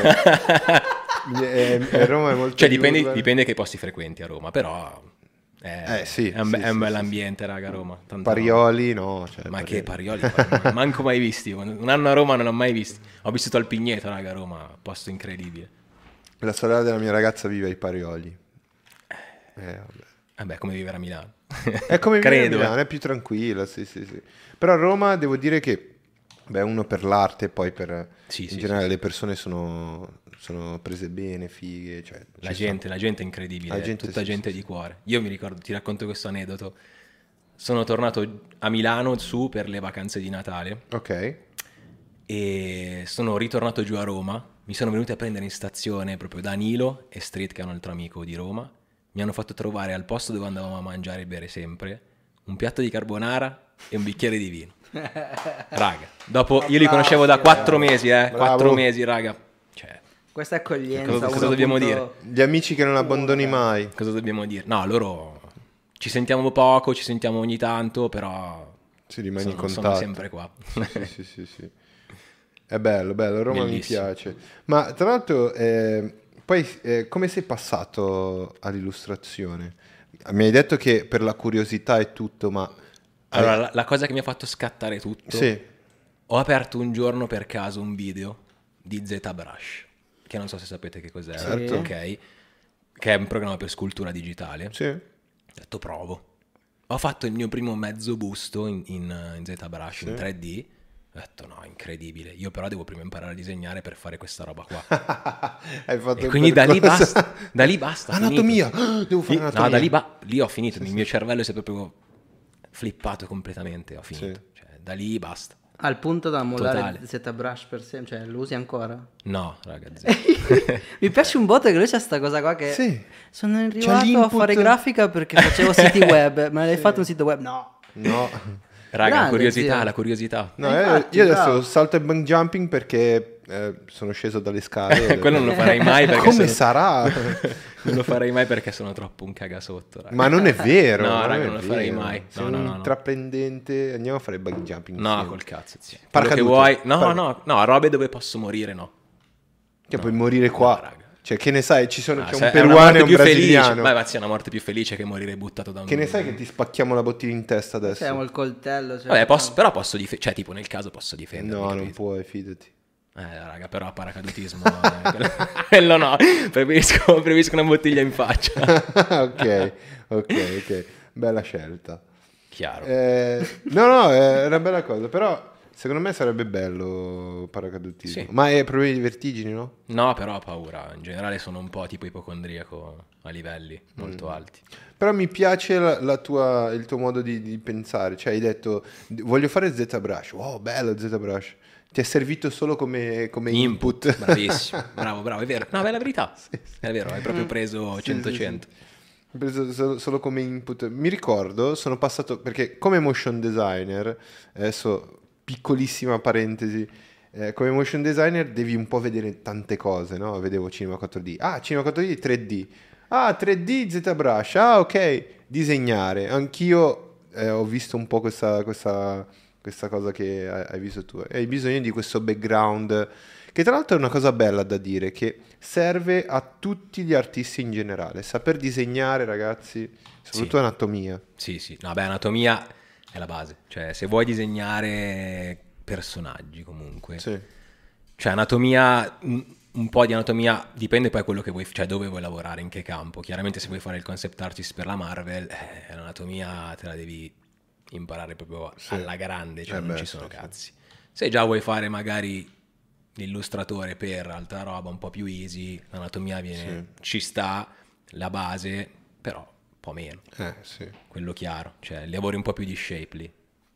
Eh, eh, Roma è molto Cioè più dipende, urban. dipende che posti frequenti a Roma, però è, Eh, sì, è un, be- sì, è un sì, bell'ambiente, raga, Roma. Tanta Parioli, no. Cioè, roba. Ma Parioli. che Parioli, man- manco mai visti. Un anno a Roma non l'ho mai visti. Ho vissuto al Pigneto, raga, Roma, posto incredibile. La sorella della mia ragazza vive ai Parioli. Eh, vabbè. Vabbè, come vivere a Milano. È come vivere a Credo, Milano, eh. è più tranquilla, sì, sì, sì. Però a Roma devo dire che, beh, uno per l'arte e poi per... Sì, in sì, generale sì, le persone sono, sono prese bene, fighe, cioè... La ci gente, la gente è incredibile, La gente, tutta sì, gente sì, di cuore. Io mi ricordo, ti racconto questo aneddoto. Sono tornato a Milano su per le vacanze di Natale sta- Ok. e sono ritornato giù a Roma. Mi sono venuti a prendere in stazione proprio Danilo e Street, che è un altro amico di Roma. Mi hanno fatto trovare al posto dove andavamo a mangiare e bere sempre un piatto di carbonara e un bicchiere di vino. Raga, dopo io li conoscevo da quattro mesi, eh, Bravo. quattro mesi, raga. Cioè, Questa è accoglienza. Cosa- cosa uno dobbiamo punto- dire? Gli amici che non abbandoni mai. cosa dobbiamo dire? No, loro ci sentiamo poco, ci sentiamo ogni tanto, però Si rimane in sono, sono contatto. sempre qua. Sì, sì, sì, sì, sì. È bello, bello, Roma Bellissimo. mi piace. Ma tra l'altro, eh, poi eh, come sei passato all'illustrazione? Mi hai detto che per la curiosità e tutto, ma... Allora, la, la cosa che mi ha fatto scattare tutto, Sì, ho aperto un giorno per caso un video di ZBrush, che non so se sapete che cos'è, Certo. ok? Che è un programma per scultura digitale. sì. Ho detto provo. Ho fatto il mio primo mezzo busto in, in, in ZBrush, in tre D. Ho detto no, incredibile. Io però devo prima imparare a disegnare per fare questa roba qua. Hai fatto E il quindi da lì percorso. basta. Da lì basta. Anatomia! finito. Devo fare Lì- anatomia. No, da lì, ba- lì ho finito. Il mio cervello si è proprio flippato completamente. Ho finito. Sì. Cioè, da lì basta. Al punto da mollare Totale. il ZBrush per sempre, cioè lo usi ancora? No, ragazzi. Mi piace un botto che lui c'ha sta cosa qua che Sì. sono C'ha arrivato a l'input. fare grafica perché facevo siti web, ma l'hai fatto un sito web? No. No. Raga, Grande, curiosità, zio. la curiosità. No, Eh, eh, infatti, io adesso bravo. salto e bungee jumping perché eh, sono sceso dalle scale. e ho detto, Quello non lo farei mai perché Come sono- sarà? Non lo farei mai perché sono troppo un cagasotto. Raga. Ma non è vero. No, ma raga, è non lo farei vero. mai. Sei No, no, un no, no. intraprendente. Andiamo a fare bungee jumping. No, insieme. col cazzo, zio. Quello che Paracadute. vuoi. No, Par- no, no, robe dove posso morire, no. Che puoi morire qua. No, raga. Cioè, che ne sai? Ci sono, Ah, c'è se- un è una peruano morte e un più felice. brasiliano. Ma va, sia una morte più felice che morire buttato da un... Che ne sai che ti spacchiamo la bottiglia in testa adesso? Siamo il coltello. Cioè, Vabbè, posso- però posso difendere. Cioè, tipo, nel caso posso difendermi. No, non capito? puoi, fidati. Eh, raga, però paracadutismo... eh, quello- quello no. Preferisco, preferisco una bottiglia in faccia. ok, ok, ok. Bella scelta. Chiaro. Eh, no, no, è una bella cosa. Però, Secondo me sarebbe bello paracadutismo. Sì. Ma hai problemi di vertigini, no? No, però ho paura. In generale sono un po' tipo ipocondriaco a livelli molto Mm. alti. Però mi piace la, la tua, il tuo modo di, di pensare. Cioè hai detto, voglio fare ZBrush. Wow, bello ZBrush. Ti è servito solo come, come input. Input, bravissimo, bravo, bravo, è vero. No, è la verità, Sì, sì. è vero, hai proprio preso Sì, cento sì, sì. cento. Ho preso solo, solo come input. Mi ricordo, sono passato, perché come motion designer, adesso piccolissima parentesi, eh, come motion designer devi un po' vedere tante cose, no? Vedevo Cinema quattro D. Ah, Cinema quattro D tre D. Ah, tre D ZBrush. Ah, ok. Disegnare. Anch'io eh, ho visto un po' questa, questa, questa cosa che hai, hai visto tu. E hai bisogno di questo background, che tra l'altro è una cosa bella da dire, che serve a tutti gli artisti in generale. Saper disegnare, ragazzi, soprattutto Sì. anatomia. Sì, sì, no, beh, anatomia è la base, cioè se vuoi disegnare personaggi comunque, Sì. cioè anatomia, un, un po' di anatomia dipende poi da quello che vuoi, cioè dove vuoi lavorare, in che campo. Chiaramente se vuoi fare il concept artist per la Marvel, eh, l'anatomia te la devi imparare proprio Sì. alla grande, cioè Eh non beh, ci sono sì, sì. cazzi. Se già vuoi fare magari l'illustratore per altra roba un po' più easy, l'anatomia viene, ci sta, la base, però un po' meno, Eh, sì. quello chiaro, cioè lavori un po' più di shape lì.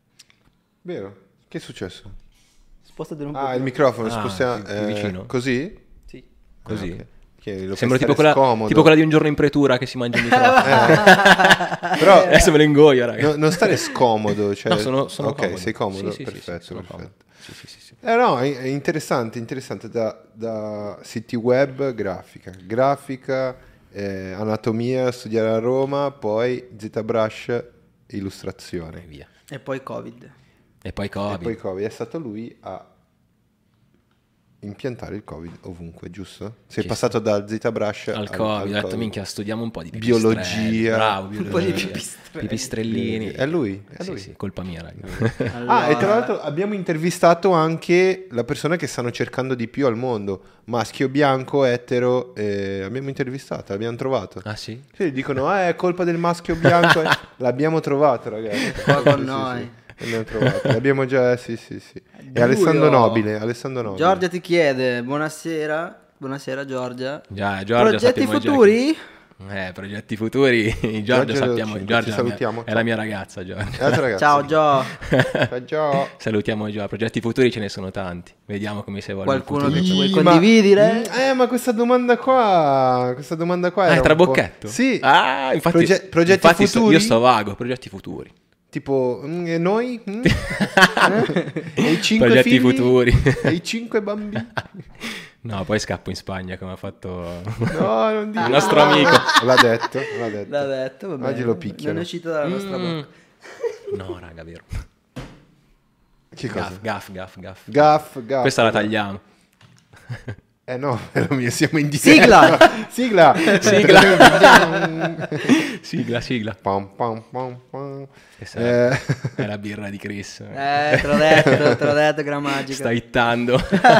Vero? Che è successo? Spostatelo un po' Ah, più. il microfono, Ah, spostiamo più- più eh, vicino? così? Sì. Così. Ah, ok. Che lo Sembra fai tipo stare quella, scomodo. tipo quella di Un giorno in pretura che si mangia il microfono. Però Adesso me lo ingoio, raga. no- non stare scomodo, cioè... No, sono, sono ok, comodo. sei comodo, Sì, sì, sì, perfetto, sì, sono perfetto. comodo. Sì, sì, sì, sì. Eh no, è, è interessante, interessante da, da siti web, grafica, grafica, eh, anatomia, studiare a Roma, poi ZBrush, E illustrazione. via. E poi Covid. E poi E Covid. poi Covid, è stato lui a impiantare il Covid ovunque, giusto? Sei Ci passato dal ZBrush al Covid, ho detto Covid. minchia, studiamo un po' di pipistrelli. Biologia. Bravo, Un po' di biologia. pipistrelli. Pipistrellini. È lui, è Sì, lui. sì, colpa mia, raga. Ah, e tra Allora, l'altro abbiamo intervistato anche la persona che stanno cercando di più al mondo, maschio bianco, etero, eh, abbiamo intervistato, l'abbiamo trovato. Ah sì? Sì, dicono, ah, è colpa del maschio bianco, eh. L'abbiamo trovato, ragazzi. Qua con Sì, sì, noi. sì, l'abbiamo trovato, l'abbiamo già, sì, sì, sì. E Giulio. Alessandro Nobile, Alessandro Nobile. Giorgia ti chiede, buonasera. Buonasera Giorgia. Già, Giorgia, Progetti sappiamo già futuri? che- Eh, progetti futuri. Giorgia, Giorgia sappiamo. Cinque, Giorgia ci è la mia- salutiamo, è ciao. la mia ragazza, Giorgia. Grazie, ragazzi. Ciao Gio. Ciao, Gio. Salutiamo già. Progetti futuri ce ne sono tanti. Vediamo come si evolve. il Qualcuno futuro. che ci vuoi Sì, ma- condividere? Eh, ma questa domanda qua, questa domanda qua Ah, era è un trabocchetto? po'... Sì. Ah, infatti, Proge- progetti infatti sto- futuri? io sto vago. Progetti futuri. Tipo, mm, e noi? Mm? Eh? E i cinque Progetti figli? futuri. E i cinque bambini? No, poi scappo in Spagna come ha fatto No, non dico. il nostro amico. L'ha detto, l'ha detto. L'ha detto, va bene. Oggi lo picchiano. Non è uscito dalla nostra Mm. bocca. No, raga, vero. Che cosa? Gaff, gaff, gaff, gaff. Gaff, gaff. Questa la tagliamo. Eh no, è lo mio, siamo in Sigla! Sigla! Sigla! sigla, sigla. Pam, pam, pam, pam. Questa è- Eh, è la birra di Chris. Eh, te l'ho detto, te l'ho detto che era magica. Sta ittando.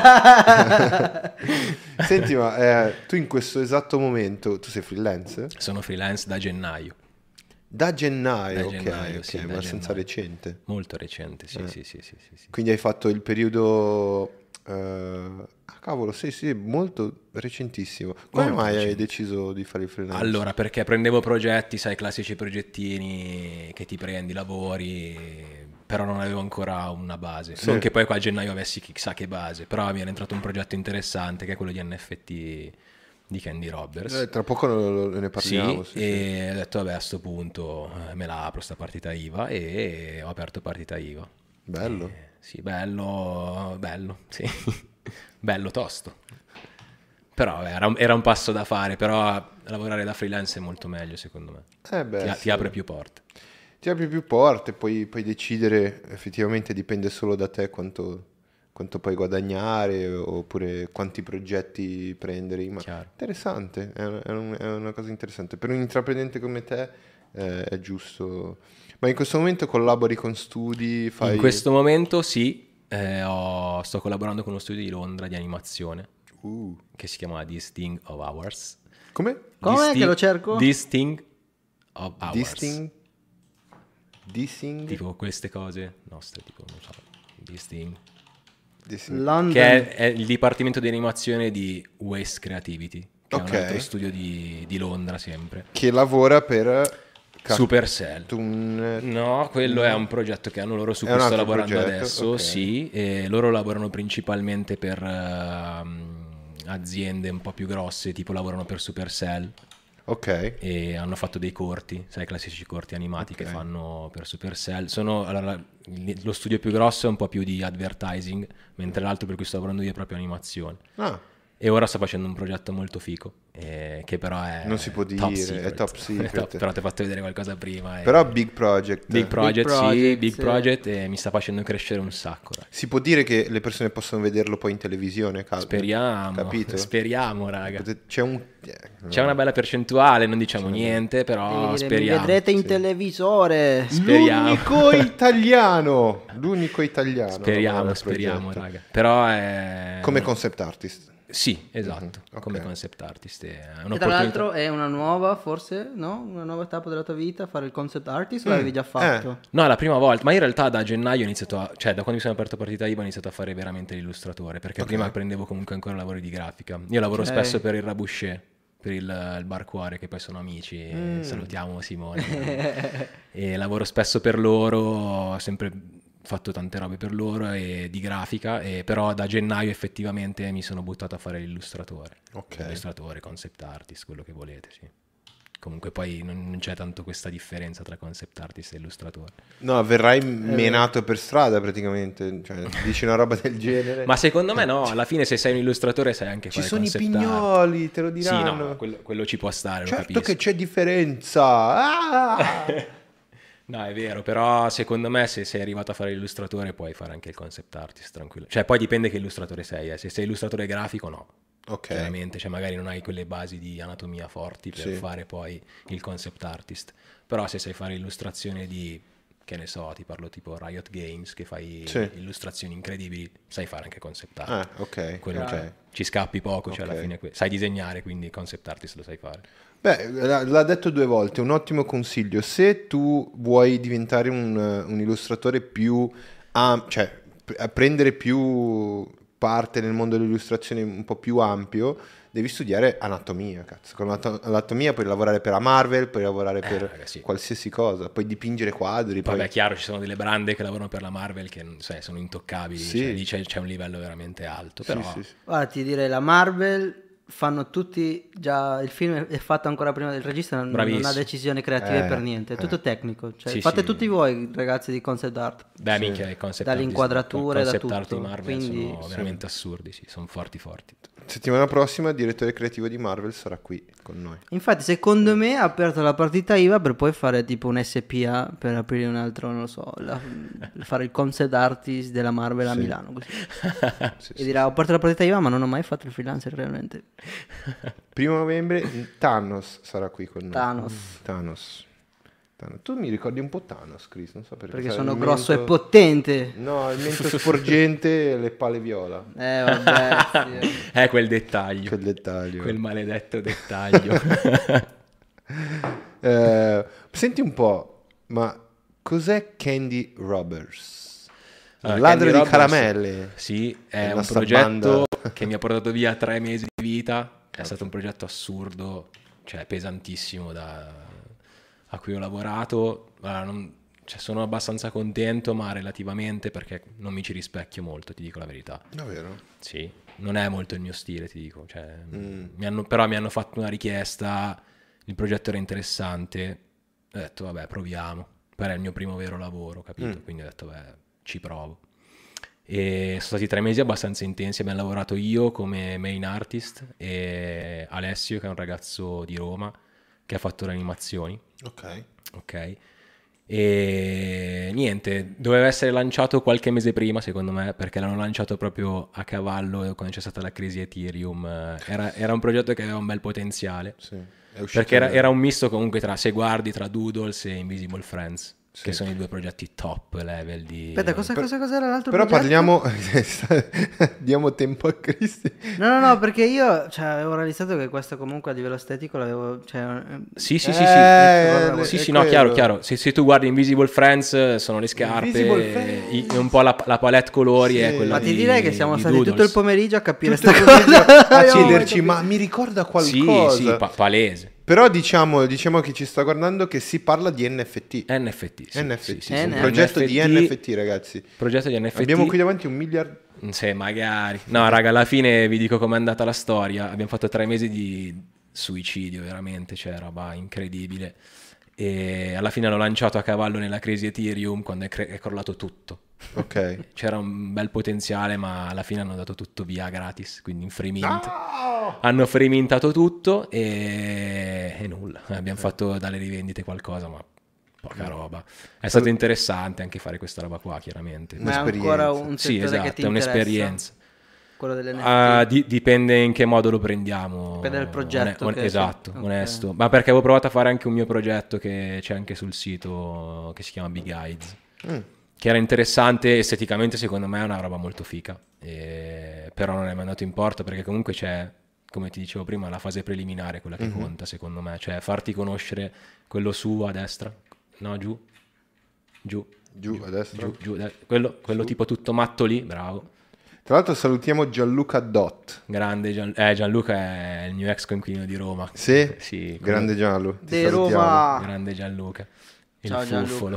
Senti, ma eh, tu in questo esatto momento, tu sei freelance? Sono freelance da gennaio. Da gennaio, Da ok, gennaio, ok, sì, da abbastanza gennaio. recente. Molto recente, sì, Eh. sì, sì, sì, sì, sì. Quindi hai fatto il periodo... eh, ah, cavolo, sì, sì, molto recentissimo. Come Molto mai hai recente. deciso di fare il freelance? Allora, perché prendevo progetti, sai, classici progettini che ti prendi, lavori, però non avevo ancora una base. Sì. Non che poi qua a gennaio avessi chissà che base, però mi era entrato un progetto interessante che è quello di N F T di Candy Robbers. Eh, tra poco lo- lo- ne parliamo. Sì, sì, sì. e ho detto, vabbè, a sto punto eh, me la apro sta partita I V A e ho aperto partita I V A. Bello. Eh, sì, bello, bello, sì. Bello tosto. Però eh, era un, era un passo da fare, però lavorare da freelance è molto meglio secondo me. Eh beh, ti, sì. ti apre più porte. Ti apri più porte, puoi, puoi decidere, effettivamente dipende solo da te quanto, quanto puoi guadagnare oppure quanti progetti prendere. Ma Chiaro. interessante, è, è un- è una cosa interessante. Per un intraprendente come te eh, è giusto. Ma in questo momento collabori con studi, fai... In questo momento sì, eh, ho- sto collaborando con uno studio di Londra di animazione Uh, che si chiama This Thing of Ours. come? Com'è This che Thing- lo cerco? This Thing of Ours. Dissing? Dissing? Tipo queste cose nostre, tipo, non so, This Thing. This- London. Che è, è il dipartimento di animazione di Waste Creativity, che Ok. è un altro studio di, di Londra sempre. Che lavora per Supercell. Cartoon... No, quello è un progetto che hanno loro su È cui un sto altro lavorando progetto, adesso, ok. sì, e loro lavorano principalmente per ehm, aziende un po' più grosse, tipo lavorano per Supercell Ok. e hanno fatto dei corti, sai, i classici corti animati Ok. che fanno per Supercell. Sono, allora, il- lo studio più grosso è un po' più di advertising, mentre l'altro per cui sto lavorando io è proprio animazione. Ah, E ora sto facendo un progetto molto figo, eh, che però è Non si può top dire, è secret. top secret. Però ti ho fatto vedere qualcosa prima. e- però big project. Big Project, sì, Project, Big sì. Project, e mi sta facendo crescere un sacco. raga. Si può dire che le persone possono vederlo poi in televisione, calma. Speriamo, Capito? speriamo, raga. Potete- C'è un... eh, C'è una bella percentuale, non diciamo C'è una niente, Devi però dire, mi speriamo. vedrete in sì. televisore. Speriamo. L'unico italiano. L'unico italiano. Speriamo, al speriamo, progetto. raga. Però è... Come concept artist. Sì, esatto, Mhm, ok. come concept artist. È E tra un'opportunità. l'altro è una nuova, forse, no? Una nuova tappa della tua vita, fare il concept artist o l'avevi già fatto? No, è la prima volta, ma in realtà da gennaio ho iniziato a, cioè da quando mi sono aperto partita I V A ho iniziato a fare veramente l'illustratore, perché Ok. prima prendevo comunque ancora lavori di grafica. Io lavoro Ok. spesso per il Rabouché, per il, il Bar Cuore, che poi sono amici, e Mm. salutiamo Simone. E lavoro spesso per loro, ho sempre fatto tante robe per loro e di grafica, e però da gennaio effettivamente mi sono buttato a fare l'illustratore. Ok. Illustratore, concept artist, quello che volete, sì. Comunque poi non, non c'è tanto questa differenza tra concept artist e illustratore. No, verrai menato per strada praticamente. Cioè, dici una roba del genere. Ma secondo me no, alla fine se sei un illustratore sai anche Ci fare sono i concept art. pignoli, te lo Sì, diranno. no, quello, quello ci può stare, lo Certo capisco. che c'è differenza. Ah! No, è vero, però secondo me se sei arrivato a fare l'illustratore puoi fare anche il concept artist, tranquillo. Cioè poi dipende che illustratore sei, eh. Se sei illustratore grafico no. Ok. Chiaramente, cioè magari non hai quelle basi di anatomia forti per Sì. fare poi il concept artist. Però se sai fare illustrazione di, che ne so, ti parlo tipo Riot Games, che fai Sì. illustrazioni incredibili, sai fare anche concept art. Ah, ok. Quello, ok. cioè, ci scappi poco, cioè Ok. alla fine que- sai disegnare, quindi concept artist lo sai fare. Beh, l'ha l'ha detto due volte, un ottimo consiglio. Se tu vuoi diventare un, un illustratore più... am- cioè, p- prendere più parte nel mondo dell'illustrazione un po' più ampio, devi studiare anatomia, cazzo. Con l'anato- l'anatomia puoi lavorare per la Marvel, puoi lavorare per raga, sì. qualsiasi cosa, puoi dipingere quadri, Vabbè, poi... è chiaro, ci sono delle brande che lavorano per la Marvel che sai, sono intoccabili, Sì. cioè, lì c'è, c'è un livello veramente alto, Sì, però sì, sì. Guarda, ti direi, la Marvel fanno tutti già, il film è fatto ancora prima del regista, non, non Bravissimo. ha decisioni creative Eh, per niente, è tutto tecnico, cioè Sì, fate sì. tutti voi ragazzi di concept art. beh, minchia, i concept Dalle artist- inquadrature, da concept art tutto, di Marvel quindi- sono veramente assurdi, sì, sono forti forti. Settimana prossima il direttore creativo di Marvel sarà qui con noi. Infatti secondo me ha aperto la partita I V A per poi fare tipo un S P A per aprire un altro, non lo so, la- fare il concept artist della Marvel a Sì. Milano così. Sì, E sì. dirà ho aperto la partita I V A ma non ho mai fatto il freelancer realmente. Primo novembre Thanos sarà qui con noi. Thanos. Thanos. Thanos. Tu mi ricordi un po' Thanos, Chris, non so perché. Perché sai, sono il grosso e mento- potente. No, il mento sporgente e le pale viola. Eh vabbè. sì. È quel dettaglio, Quel dettaglio. quel maledetto dettaglio. Eh, senti un po', ma cos'è Candy Robbers? Allora, Il ladro Candy di Robbers, caramelle. Sì, La è un nostra progetto banda. che mi ha portato via tre mesi di vita. È stato un progetto assurdo, cioè pesantissimo, da- a cui ho lavorato. Allora, non- cioè, sono abbastanza contento, ma relativamente, perché non mi ci rispecchio molto, ti dico la verità. Davvero? Sì, non è molto il mio stile, ti dico. Cioè, Mm. mi hanno- però mi hanno fatto una richiesta, il progetto era interessante, ho detto vabbè proviamo, però è il mio primo vero lavoro, capito? Mm. Quindi ho detto beh ci provo. E sono stati tre mesi abbastanza intensi, abbiamo lavorato io come main artist e Alessio che è un ragazzo di Roma che ha fatto le animazioni, Ok. ok? E niente, doveva essere lanciato qualche mese prima secondo me, perché l'hanno lanciato proprio a cavallo quando c'è stata la crisi Ethereum. Era, era un progetto che aveva un bel potenziale, Sì. È uscito perché era, era un misto comunque tra, se guardi, tra Doodles e Invisible Friends. che sono i due progetti top level di... Aspetta, cosa, cosa, cosa era l'altro Però progetto? parliamo, diamo tempo a Cristi. No, no, no, perché io cioè, avevo realizzato che questo comunque a livello estetico l'avevo... Cioè, Sì, sì, Eh, sì, sì, è sì, sì, no, quello. chiaro, chiaro. Se, se tu guardi Invisible Friends sono le scarpe, Invisible Friends. i- un po' la, la palette colori Sì. è quella ma ti di- direi che siamo di stati Doodles. tutto il pomeriggio a capire Tutto sta il cosa. pomeriggio a Io non ho chiederci, mai ma capito. mi ricorda Sì, qualcosa? sì, pa- palese. Però diciamo, diciamo che ci sta guardando che si parla di N F T. N F T, sì, N F T, sì, sì, un sì. progetto di N F T, N F T, ragazzi. Progetto di N F T. Abbiamo qui davanti un miliardo. Sì, magari. No, raga, alla fine vi dico com'è andata la storia. Abbiamo fatto tre mesi di suicidio, veramente, cioè roba incredibile. E alla fine l'ho lanciato a cavallo nella crisi Ethereum quando è, cre- è crollato tutto. Ok. C'era un bel potenziale, ma alla fine hanno dato tutto via gratis, quindi in free mint. No! Hanno free mintato tutto e... e nulla. Abbiamo fatto dalle rivendite qualcosa, ma poca roba. È stato interessante anche fare questa roba qua, chiaramente. Ma è ancora un Sì, settore che esatto, ti è interessa? un'esperienza. Quello delle N F T? Ah, di- dipende in che modo lo prendiamo. Dipende dal progetto One- che- esatto, ok. onesto. Ma perché avevo provato a fare anche un mio progetto che c'è anche sul sito, che si chiama Big Eyes, Mm. che era interessante esteticamente, secondo me è una roba molto fica. E- Però non è mai andato in porto perché comunque c'è, come ti dicevo prima, la fase preliminare, quella che conta secondo me. Cioè farti conoscere quello su a destra, no giù, giù, Giù, a destra. giù, giù, de- quello, quello tipo tutto matto lì, bravo. Tra l'altro salutiamo Gianluca Dot. Grande Gian- eh, Gianluca è il mio ex coinquilino di Roma. Sì? Sì, come- Grande Gianlu. ti Di salutiamo. Roma. grande Gianluca, il Ciao, Gianluca. fuffolo.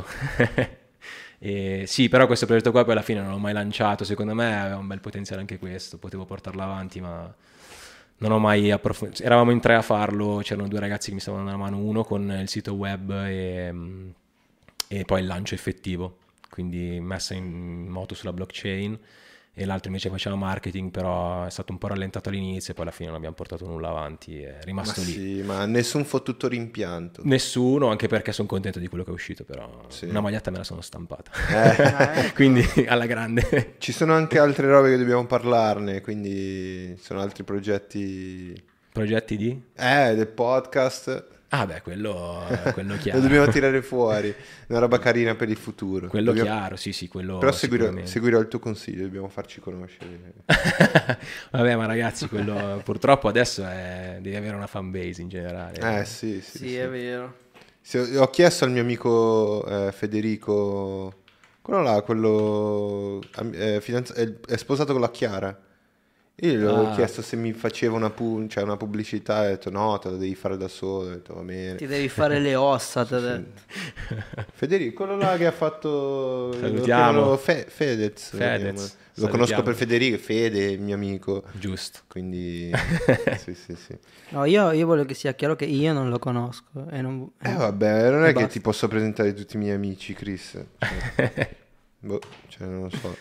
E sì, però questo progetto qua poi alla fine non l'ho mai lanciato. Secondo me aveva un bel potenziale anche questo, potevo portarlo avanti, ma non ho mai approfondito. Eravamo in tre a farlo, c'erano due ragazzi che mi stavano dando una mano, uno con il sito web e, e poi il lancio effettivo, quindi messa in moto sulla blockchain, e l'altro invece faceva marketing, però è stato un po' rallentato all'inizio e poi alla fine non abbiamo portato nulla avanti, è Ma rimasto lì. sì, ma nessun fottuto rimpianto. Nessuno, anche perché sono contento di quello che è uscito, però Sì. una maglietta me la sono stampata. Eh, Quindi alla grande. ci sono anche altre robe che dobbiamo parlarne, quindi ci sono altri progetti Progetti di? eh, del podcast. Ah beh, quello, quello Lo chiaro. dobbiamo tirare fuori, una roba carina per il futuro. Quello Dobbiamo- chiaro, sì sì, quello Però seguirò, sicuramente. seguirò il tuo consiglio, dobbiamo farci conoscere. Vabbè, ma ragazzi, quello purtroppo adesso è... devi avere una fan base in generale. Eh sì, sì, Sì, sì. è vero. Sì, ho chiesto al mio amico eh, Federico, quello là, quello am- eh, fidanz- è, è sposato con la Chiara. Io gli ho Ah. chiesto se mi faceva una, pu- cioè una pubblicità, e ho detto no, te la devi fare da solo, ho detto va bene. Ti devi fare le ossa. te le- Federico, quello là che ha fatto... lo Salutiamo. chiamano Fe- Fedez. lo Fedez, chiamano. Lo salutiamo. conosco per Federico, Fede, il mio amico. Giusto. Quindi sì, sì, sì. No, io, io voglio che sia chiaro che io non lo conosco. E non... Eh vabbè, non è che basta. ti posso presentare tutti i miei amici, Chris. Cioè, boh, cioè non lo so.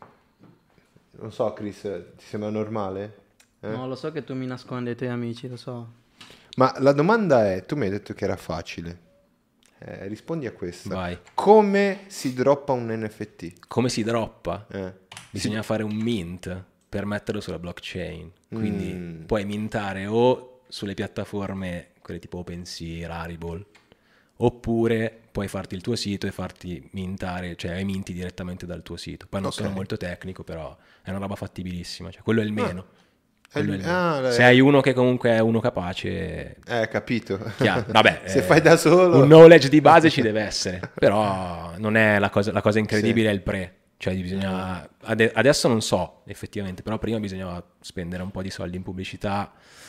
Non so, Chris, ti sembra normale? Eh? No, lo so che tu mi nascondi i tuoi amici, lo so. Ma la domanda è, tu mi hai detto che era facile. Eh, rispondi a questa. Vai. Come si droppa un N F T? Come si droppa? Eh. Bisogna fare un mint per metterlo sulla blockchain. Quindi Mm. puoi mintare o sulle piattaforme, quelle tipo OpenSea, Rarible, oppure puoi farti il tuo sito e farti mintare, cioè minti direttamente dal tuo sito. Poi non Ok. sono molto tecnico, però è una roba fattibilissima. Cioè, quello è il meno. È il- Quello è il meno. ah, dai. Se hai uno che comunque è uno capace, Eh, capito. chiaro. Vabbè, Se eh, fai da solo... un knowledge di base ci deve essere, però non è la cosa, la cosa incredibile, Sì. è il pre. Cioè bisogna, ade- adesso non so effettivamente, però prima bisognava spendere un po' di soldi in pubblicità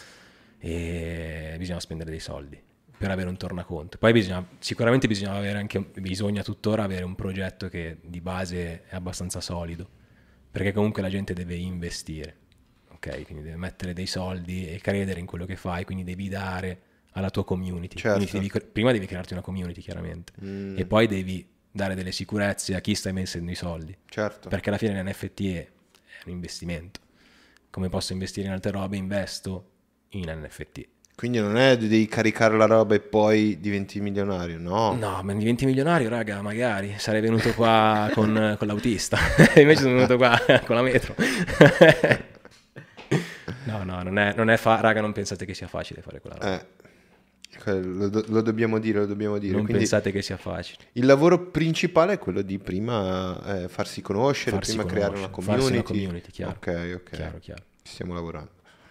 e bisogna spendere dei soldi per avere un tornaconto. Poi bisogna, sicuramente bisogna avere anche, bisogna tuttora avere un progetto che di base è abbastanza solido, perché comunque la gente deve investire, ok? Quindi deve mettere dei soldi e credere in quello che fai, quindi devi dare alla tua community. Certo. Quindi ti devi cre- prima devi crearti una community, chiaramente, Mm, e poi devi dare delle sicurezze a chi stai mettendo i soldi, certo. perché alla fine l'N F T è un investimento. Come posso investire in altre robe? Investo in N F T. Quindi non è devi caricare la roba e poi diventi milionario, no. No, ma diventi milionario, raga, magari sarei venuto qua con, con l'autista, invece sono venuto qua con la metro. No, no, non è, non è fa- raga, non pensate che sia facile fare quella roba. Eh. Lo, do- lo dobbiamo dire, lo dobbiamo dire. Non Quindi pensate che sia facile. il lavoro principale è quello di prima eh, farsi conoscere, Farsi prima creare una conoscere, farsi community. una community, chiaro. Ok, ok. Chiaro, chiaro. Ci stiamo lavorando.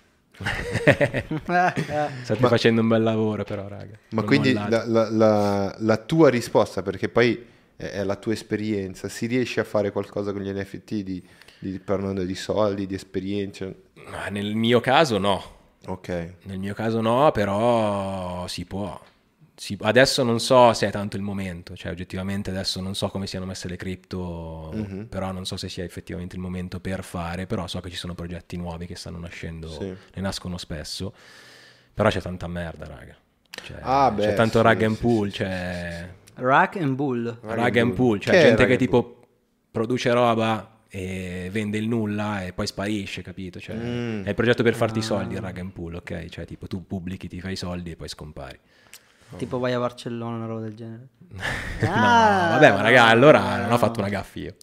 State Ma- facendo un bel lavoro però, raga. Ma Non quindi mollate. la, la- la- la tua risposta, perché poi è, è la tua esperienza, si riesce a fare qualcosa con gli N F T di, di- parlando di soldi, di esperienza? Ma nel mio caso no. Ok, Nel mio caso no, però si può. Si- Adesso non so se è tanto il momento, cioè oggettivamente adesso non so come siano messe le cripto, Mhm. però non so se sia effettivamente il momento per fare, però so che ci sono progetti nuovi che stanno nascendo, Sì. ne nascono spesso, però c'è tanta merda, raga. Cioè, Ah, beh, c'è tanto sì, rag and sì, pull, sì, cioè Rack and Bull. Rag rag and and pull. pull, cioè Che è gente rag che and tipo produce roba e vende il nulla e poi sparisce, capito? Cioè, Mm. è il progetto per farti i soldi il rag and pull, ok? Cioè tipo tu pubblichi, ti fai i soldi e poi scompari. Tipo vai a Barcellona, una roba del genere. No, Ah, vabbè, ma raga, allora no. non ho fatto una gaffa io.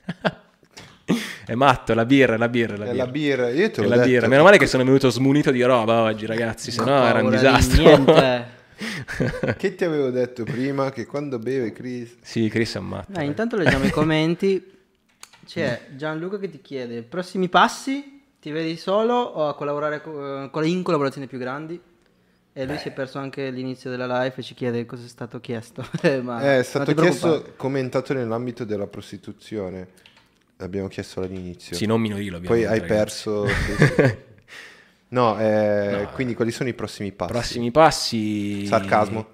È matto, la birra, è la birra, è la è birra. la birra, io te È l'ho la detto. birra. Meno male che sono venuto smunito di roba oggi, ragazzi, se no era un Paura di disastro. niente. Che ti avevo detto prima che quando beve Chris... Sì, Chris è matto. Dai, intanto leggiamo i commenti. C'è Gianluca che ti chiede: prossimi passi? Ti vedi solo o a collaborare co- con in collaborazioni più grandi? E lui si è perso anche l'inizio della live e ci chiede cosa è stato chiesto. Eh, ma È non stato ti preoccupare. chiesto, commentato nell'ambito della prostituzione. L'abbiamo chiesto all'inizio. Sì, non minorile, Poi ovviamente. hai ragazzi. perso... sì, sì. No, eh, No, quindi quali sono i prossimi passi? Prossimi passi. Sarcasmo.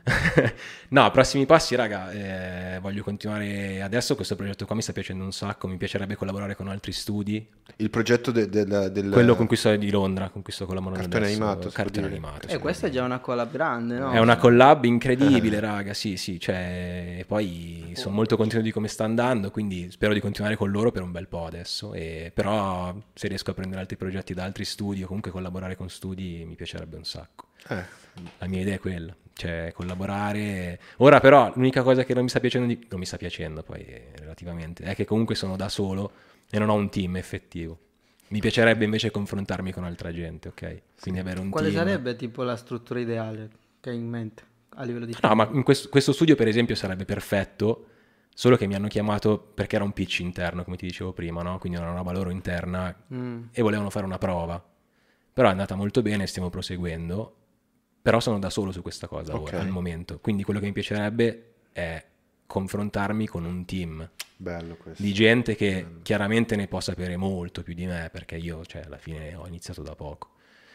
No, prossimi passi, raga. eh, voglio continuare adesso. Questo progetto qua mi sta piacendo un sacco. Mi piacerebbe collaborare con altri studi. Il progetto de- del, del... Quello con cui sto di Londra, con cui sto collaborando Cartone adesso. animato, si può Cartone dire. animato. Eh, sì. questa è già una collab grande, no? È una collab incredibile, raga. Sì, sì. Cioè, poi sono molto contento di come sta andando. Quindi spero di continuare con loro per un bel po' adesso. E, però, se riesco a prendere altri progetti da altri studi o comunque collaborare con studi, mi piacerebbe un sacco. Eh, La mia idea è quella, cioè collaborare. Ora però l'unica cosa che non mi sta piacendo, di... non mi sta piacendo poi eh, relativamente, è che comunque sono da solo e non ho un team effettivo. Mi piacerebbe invece confrontarmi con altra gente, ok? Quindi avere un Quale team. sarebbe tipo la struttura ideale che hai in mente a livello di... No, ma in questo, questo studio per esempio sarebbe perfetto, solo che mi hanno chiamato perché era un pitch interno, come ti dicevo prima, no? Quindi era una roba loro interna Mm. e volevano fare una prova. Però è andata molto bene, stiamo proseguendo. Però sono da solo su questa cosa Ok. ora, al momento. Quindi quello che mi piacerebbe è confrontarmi con un team bello questo. di gente che chiaramente ne può sapere molto più di me, perché io, cioè, alla fine ho iniziato da poco.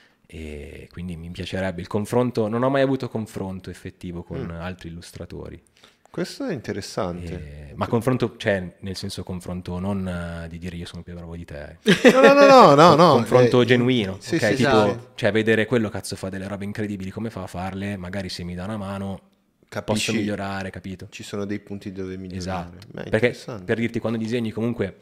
E quindi mi piacerebbe il confronto. Non ho mai avuto confronto effettivo con Mm. altri illustratori. Questo è interessante. E- ma confronto, cioè, nel senso confronto non eh, di dire io sono più bravo di te. No, no, no, no, no, no. confronto eh, genuino, sì, ok? sì, Tipo, esatto. cioè, vedere quello cazzo fa delle robe incredibili, come fa a farle? Magari se mi dà una mano Capisci, posso migliorare, capito? ci sono dei punti dove migliorare. Esatto. Beh, Perché interessante. per dirti, quando disegni comunque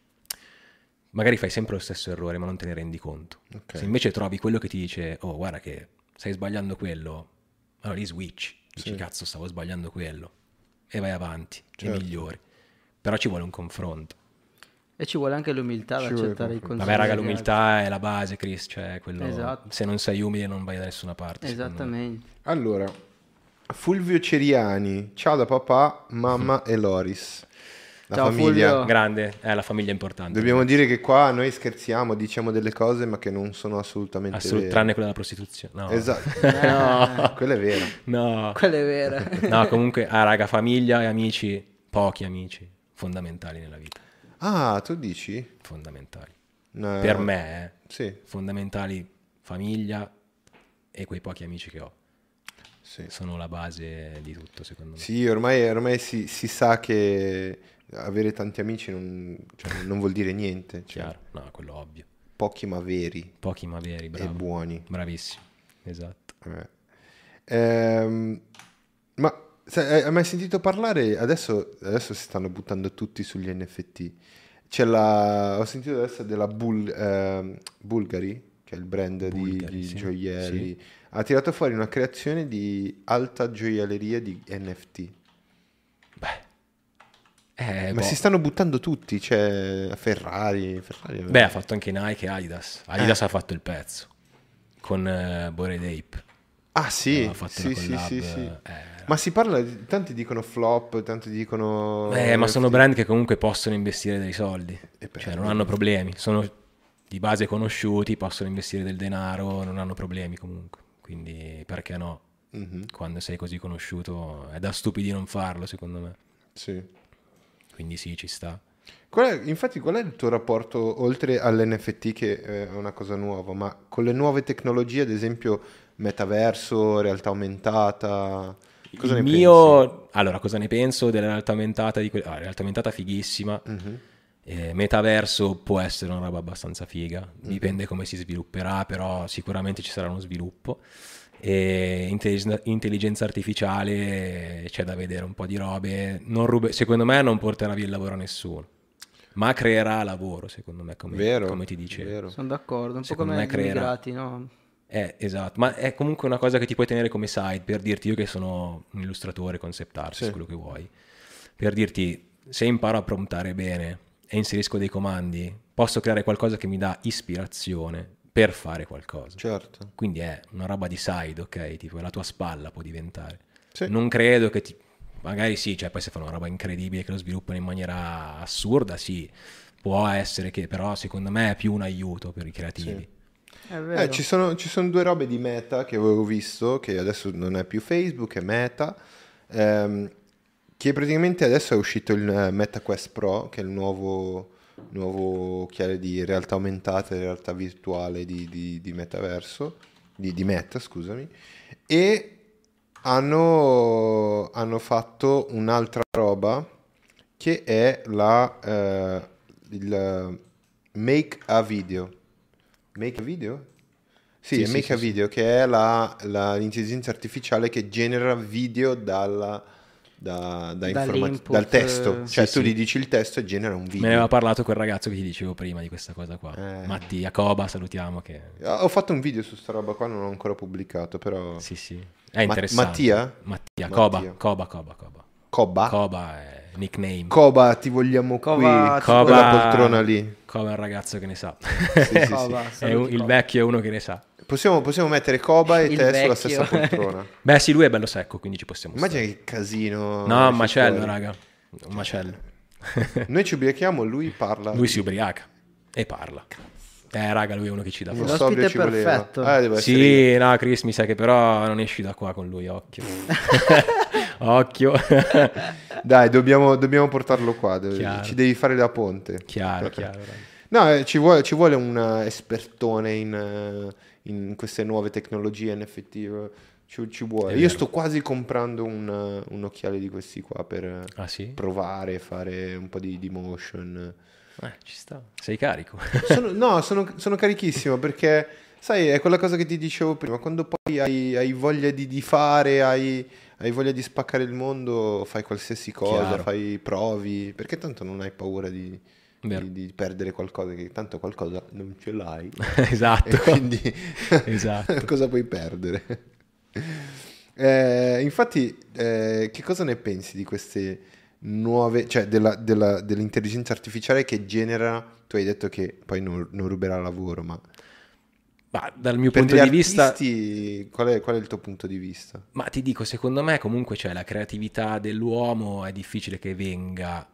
magari fai sempre lo stesso errore, ma non te ne rendi conto. Ok. Se invece trovi quello che ti dice, oh, guarda che stai sbagliando quello, allora lì switch, dici, Sì. cazzo, stavo sbagliando quello, e vai avanti, Certo. e migliori. Però ci vuole un confronto. E ci vuole anche l'umiltà ad Ci vuole accettare i confronto. consigli. Vabbè, raga, degli l'umiltà è la base, Chris, cioè quello... Esatto. Se non sei umile non vai da nessuna parte. altri. secondo me. Esattamente. Allora, Fulvio Ceriani, ciao da papà, mamma e Loris. La Ciao, famiglia. Fulvio. Grande, è la famiglia importante. Dobbiamo dire che qua noi scherziamo, diciamo delle cose ma che non sono assolutamente Assolut- vere. tranne quella della prostituzione. No. Esatto. Eh, Quella è vera. No. quella è vera. No, comunque, ah, raga, famiglia e amici, pochi amici, fondamentali nella vita. Ah, tu dici? Fondamentali. No. Per me, eh, Sì, fondamentali famiglia e quei pochi amici che ho. sì. Sono la base di tutto, secondo me. Sì, ormai, ormai si, si sa che avere tanti amici non, cioè, non vuol dire niente. Cioè, Chiaro? No, quello ovvio. pochi ma veri Pochi ma veri, e bravo. buoni. Bravissimo. Esatto. Eh. Ehm, ma sai, hai mai sentito parlare? Adesso, adesso si stanno buttando tutti sugli N F T. C'è la, ho sentito adesso della Bul, ehm, Bulgari, che è il brand di- Bulgari, di, sì. gioielli. Ha tirato fuori una creazione di alta gioielleria di N F T. Beh. Eh, Ma boh. si stanno buttando tutti, c'è Ferrari, Ferrari Beh, ha fatto anche Nike e Adidas. Adidas Eh. ha fatto il pezzo con uh, Bored Ape. Ah sì, Ha fatto sì, una sì, collab, sì, sì. eh, Ma si parla, di- tanti dicono flop, tanti dicono Eh, ma sono N F T. brand che comunque possono investire dei soldi, E cioè non perdono. hanno problemi, sono di base conosciuti, possono investire del denaro, non hanno problemi comunque, quindi perché no? Mhm, Quando sei così conosciuto è da stupidi non farlo, secondo me, sì. quindi sì, ci sta. Qual è- infatti, qual è il tuo rapporto, oltre all'N F T che è una cosa nuova, ma con le nuove tecnologie, ad esempio metaverso, realtà aumentata, cosa Il ne pensi? mio, allora, cosa ne penso della realtà aumentata? Di que- ah, realtà aumentata fighissima. Mhm, Eh, metaverso può essere una roba abbastanza figa, mhm. dipende come si svilupperà, però sicuramente ci sarà uno sviluppo. E intelligenza, intelligenza artificiale c'è da vedere un po' di robe. Non rube- secondo me non porterà via il lavoro a nessuno, ma creerà lavoro, secondo me, come, come Vero, ti dicevo. vero. Sono d'accordo, un po' Secondo come me gli creerà. immigrati, no? Eh, esatto, ma è comunque una cosa che ti puoi tenere come side, per dirti io che sono un illustratore, concept artist, Sì, quello che vuoi, per dirti se imparo a promptare bene e inserisco dei comandi, posso creare qualcosa che mi dà ispirazione per fare qualcosa. certo. Quindi è una roba di side, ok? Tipo la tua spalla può diventare. Sì. Non credo che ti... Magari sì, cioè poi se fanno una roba incredibile che lo sviluppano in maniera assurda, sì, può essere che, però secondo me è più un aiuto per i creativi. Sì. È Eh, vero. ci sono, ci sono due robe di Meta che avevo visto, che adesso non è più Facebook, è Meta, ehm, che praticamente adesso è uscito il eh, Meta Quest Pro, che è il nuovo, nuovo occhiale di realtà aumentata e realtà virtuale di, di- di metaverso, di, di Meta, scusami, e hanno, hanno fatto un'altra roba che è la, eh, il Make a Video. Make a Video? Sì, Sì, è sì, Make sì, a sì. Video, che è la, la- l'intelligenza artificiale che genera video dalla, da, da informa- dal Dall'input, testo. eh, Cioè Sì, tu gli sì. dici il testo e genera un Me ne aveva video. parlato quel ragazzo che ti dicevo prima di questa cosa qua. Eh. Mattia Coba, salutiamo che... Ho fatto un video su sta roba qua, non l'ho ancora pubblicato, però... Sì, sì. È Ma- interessante. Mattia? Mattia, Coba, Mattia. Coba, Coba, Coba. Coba? Coba è nickname. Coba, ti vogliamo Cova, qui, ti su quella vogliamo- poltrona Coba... lì. Coba è un ragazzo che ne sa. Sì, sì, sì. Cova, È un- saluti, il Cova. vecchio è uno che ne sa. Possiamo, possiamo mettere Coba e Il te sulla vecchio. stessa poltrona. Beh sì, lui è bello secco, quindi ci possiamo Immagina stare. che casino. No, un esce macello, fuori. raga. Un macello. Noi ci ubriachiamo, lui parla. Lui si ubriaca e parla. Eh, raga, lui è uno che ci dà Uno fuoco. L'ospite sobrio ci voleva. perfetto. Ah, deve essere io. Sì, no, Chris, mi sa che però non esci da qua con lui, occhio. Occhio. Dai, dobbiamo, dobbiamo portarlo qua. deve- Chiaro. Ci devi fare da ponte. Chiaro, chiaro, raga. No, eh, ci vuole, ci vuole un eh, espertone in, eh, in queste nuove tecnologie N F T. eh, Ci, ci vuole. È Io vero. sto quasi comprando un, eh, un occhiale di questi qua per eh, Ah sì? provare, fare un po' di, di motion. Eh, ci sta. Sei carico. Sono- no, sono, sono carichissimo perché, sai, è quella cosa che ti dicevo prima, quando poi hai, hai voglia di, di fare, hai, hai voglia di spaccare il mondo, fai qualsiasi cosa, Chiaro. fai provi, perché tanto non hai paura di, Vero. di- di perdere qualcosa, che tanto qualcosa non ce l'hai. Esatto. E quindi Esatto. cosa puoi perdere? Eh, infatti, eh, che cosa ne pensi di queste nuove, cioè della- della- dell'intelligenza artificiale che genera, tu hai detto che poi non, non ruberà lavoro, ma Ma dal mio per punto gli di vista... artisti qual è, qual è il tuo punto di vista? Ma ti dico, secondo me comunque c'è la creatività dell'uomo, è difficile che venga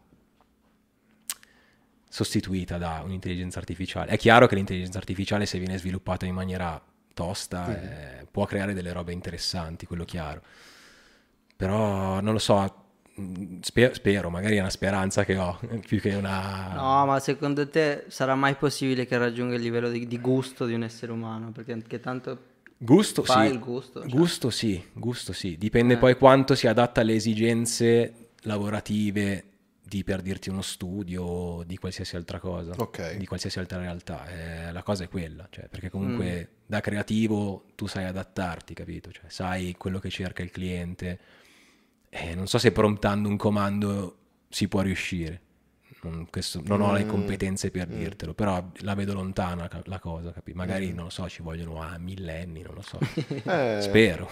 sostituita da un'intelligenza artificiale. È chiaro che l'intelligenza artificiale, se viene sviluppata in maniera tosta, eh, può creare delle robe interessanti, quello chiaro. Però non lo so, mh, spe- spero, magari è una speranza che ho, più che una... No, ma secondo te sarà mai possibile che raggiunga il livello di, di gusto di un essere umano? Perché che tanto Gusto fa sì, il gusto. cioè. gusto sì, gusto sì, dipende Eh. poi quanto si adatta alle esigenze lavorative di, per dirti, uno studio o di qualsiasi altra cosa, Ok. di qualsiasi altra realtà. Eh, la cosa è quella, cioè, perché comunque da creativo tu sai adattarti, capito? Cioè, sai quello che cerca il cliente. Eh, non so se promptando un comando si può riuscire. non, questo, non ho le Mm. competenze per Mm. dirtelo, però la vedo lontana ca- la cosa, capi? Magari, Mm. non lo so, ci vogliono ah, millenni, non lo so. Eh, Spero.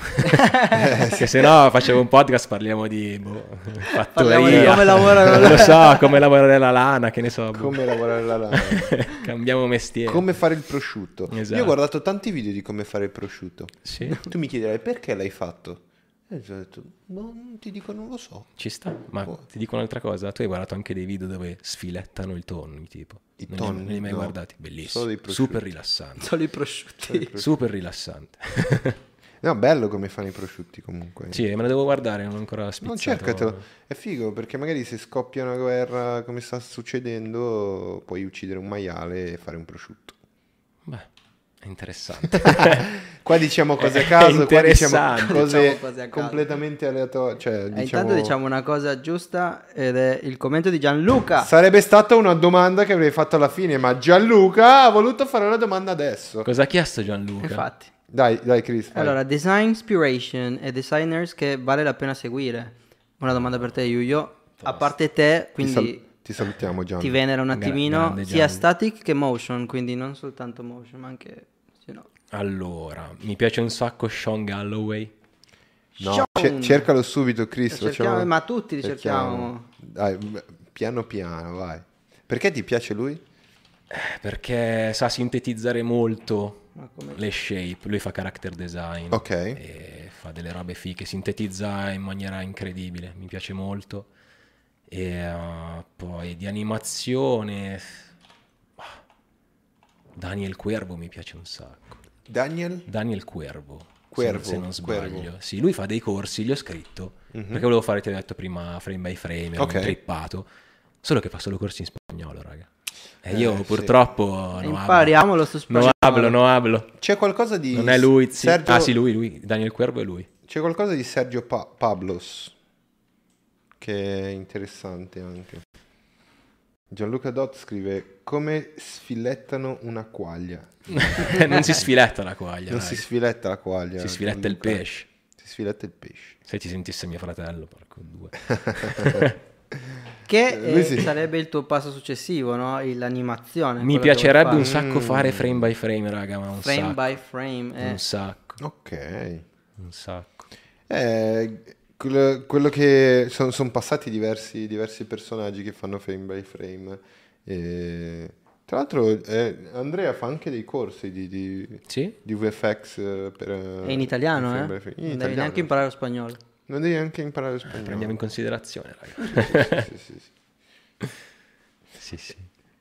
Che se no facevo un podcast, parliamo di boh, Parliamo di fattoria. come lavorano Non lo so, come lavorare la lana, che ne so. boh. come lavorare la lana. Cambiamo mestiere. Come fare il prosciutto. Esatto. Io ho guardato tanti video di come fare il prosciutto. Sì, Tu mi chiederai perché l'hai fatto? E io ho detto, non ti dico, non lo so. ci sta. Ma Oh. ti dico un'altra cosa, tu hai guardato anche dei video dove sfilettano il tonno, tipo. I non, tonni? li, non li hai mai No. guardati? Solo Bellissimo. dei prosciutti. Super rilassante. Solo i prosciutti. Super rilassante. No, bello come fanno i prosciutti comunque. Sì, me lo devo guardare, non ho ancora spizzato. Non cercatelo, è figo perché magari se scoppia una guerra come sta succedendo puoi uccidere un maiale e fare un prosciutto. Beh, è interessante. Qua diciamo cose a È caso, qua diciamo interessante. cose Diciamo cose a caso. completamente aleatorie. Cioè, E diciamo... intanto diciamo una cosa giusta ed è il commento di Gianluca. Sarebbe stata una domanda che avrei fatto alla fine, ma Gianluca ha voluto fare una domanda adesso. Cosa ha chiesto Gianluca? Infatti. Dai, dai Chris, vai. Allora, design inspiration e designers che vale la pena seguire. Una domanda per te, Yuyo. A parte te, ti, quindi sal- ti salutiamo Gian. ti venera un Gra- attimino grande sia Gian. static che motion, quindi non soltanto motion, ma anche sì, no. Allora, mi piace un sacco Sean Galloway. No, Sean! ce- cercalo subito Chris. Lo cerchiamo, facciamo- ma tutti li cerchiamo. Dai, beh, piano piano, vai. Perché ti piace lui? Perché sa sintetizzare molto Ma come- le shape. Lui fa character design. Ok. E fa delle robe fighe. Sintetizza in maniera incredibile. Mi piace molto. E eh, poi di animazione. ah, Daniel Cuervo mi piace un sacco. Daniel? Daniel Cuervo. Cuervo, se, se non sbaglio. Cuervo. Sì, lui fa dei corsi, gli ho scritto. Perché volevo fare, ti ho detto prima, frame by frame, ero Ok. intrippato. Solo che fa solo corsi in spagnolo, raga. E Eh, io sì. purtroppo non Impariamolo sto hablo. Non spagnolo. hablo, non hablo. C'è qualcosa di... Non è lui, sì. Sergio... Ah sì, lui, lui. Daniel Cuervo è lui. C'è qualcosa di Sergio Pa- Pablos che è interessante anche. Gianluca Dot scrive come sfilettano una quaglia. Non si sfiletta la quaglia, Non raga. si sfiletta la quaglia. Si sfiletta il Gianluca. pesce. Si sfiletta il pesce. Se ti sentisse mio fratello, porco due. Che Eh, lui eh, sì. sarebbe il tuo passo successivo, no? Il- L'animazione. Mi quello che vuoi piacerebbe un fare. sacco fare frame by frame, raga, ma un frame sacco. by frame. eh. Un sacco, Ok. un sacco. Eh, quello, quello che sono passati diversi, diversi personaggi che fanno frame by frame. E, tra l'altro eh, Andrea fa anche dei corsi di, di, Sì? di V F X per... È in italiano, frame eh? by frame. In Non devi italiano. neanche imparare lo spagnolo. Non devi neanche imparare lo spagnolo. Prendiamo in considerazione, raga. Sì, sì, sì. Sì, sì.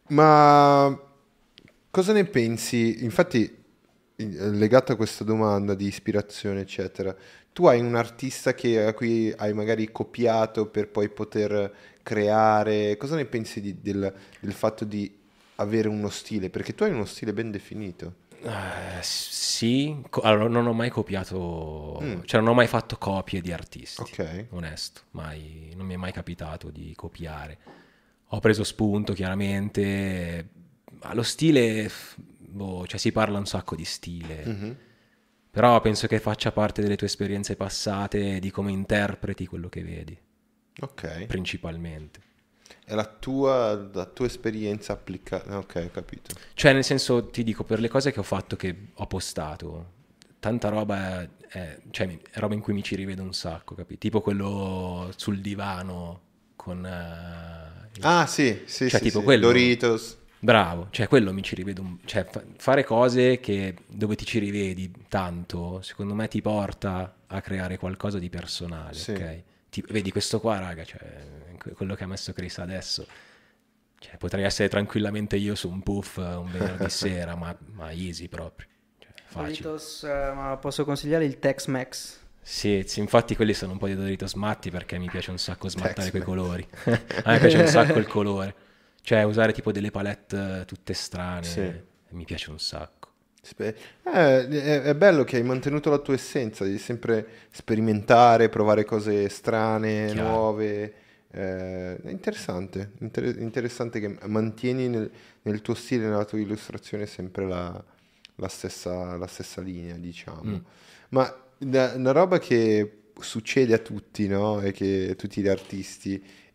Ma cosa ne pensi? Infatti, legato a questa domanda di ispirazione, eccetera, tu hai un artista che, a cui hai magari copiato per poi poter creare. Cosa ne pensi di- del, del fatto di avere uno stile? Perché tu hai uno stile ben definito. Eh, sì, co- allora non ho mai copiato, Mm. cioè non ho mai fatto copie di artisti, Ok. onesto, mai, non mi è mai capitato di copiare. Ho preso spunto chiaramente, ma lo stile, boh, cioè si parla un sacco di stile, Mhm. però penso che faccia parte delle tue esperienze passate, di come interpreti quello che vedi, Ok. principalmente. È la tua, la tua esperienza applicata. Ok, ho capito. Cioè, nel senso, ti dico, per le cose che ho fatto, che ho postato, tanta roba è, è- cioè, mi- è roba in cui mi ci rivedo un sacco, capito? Tipo quello sul divano con... eh, il- Ah, sì, sì, Cioè, sì, tipo sì. quello- Doritos. Bravo, cioè quello mi ci rivedo, un- cioè fa- fare cose che dove ti ci rivedi tanto, secondo me ti porta a creare qualcosa di personale, Sì. ok? Ti- vedi questo qua, raga, cioè que- quello che ha messo Chris adesso, cioè potrei essere tranquillamente io su un puff eh, un venerdì sera, ma, ma easy proprio, cioè, facile. Doritos, eh, ma posso consigliare il Tex-Mex. Sì, sì, infatti quelli sono un po' di Doritos matti perché mi piace un sacco smattare quei Tex-Mex. colori. A me piace un sacco il colore. Cioè usare tipo delle palette tutte strane. Sì. Mi piace un sacco. Spe- eh, è, è bello che hai mantenuto la tua essenza di sempre sperimentare, provare cose strane, Chiaro. nuove. Eh, è interessante, inter- interessante che mantieni nel, nel tuo stile, nella tua illustrazione sempre la, la stessa, la stessa linea, diciamo. Mm. Ma una, una roba che succede a tutti, no? E che tutti gli artisti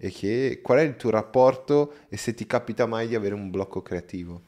e che qual è il tuo rapporto e se ti capita mai di avere un blocco creativo.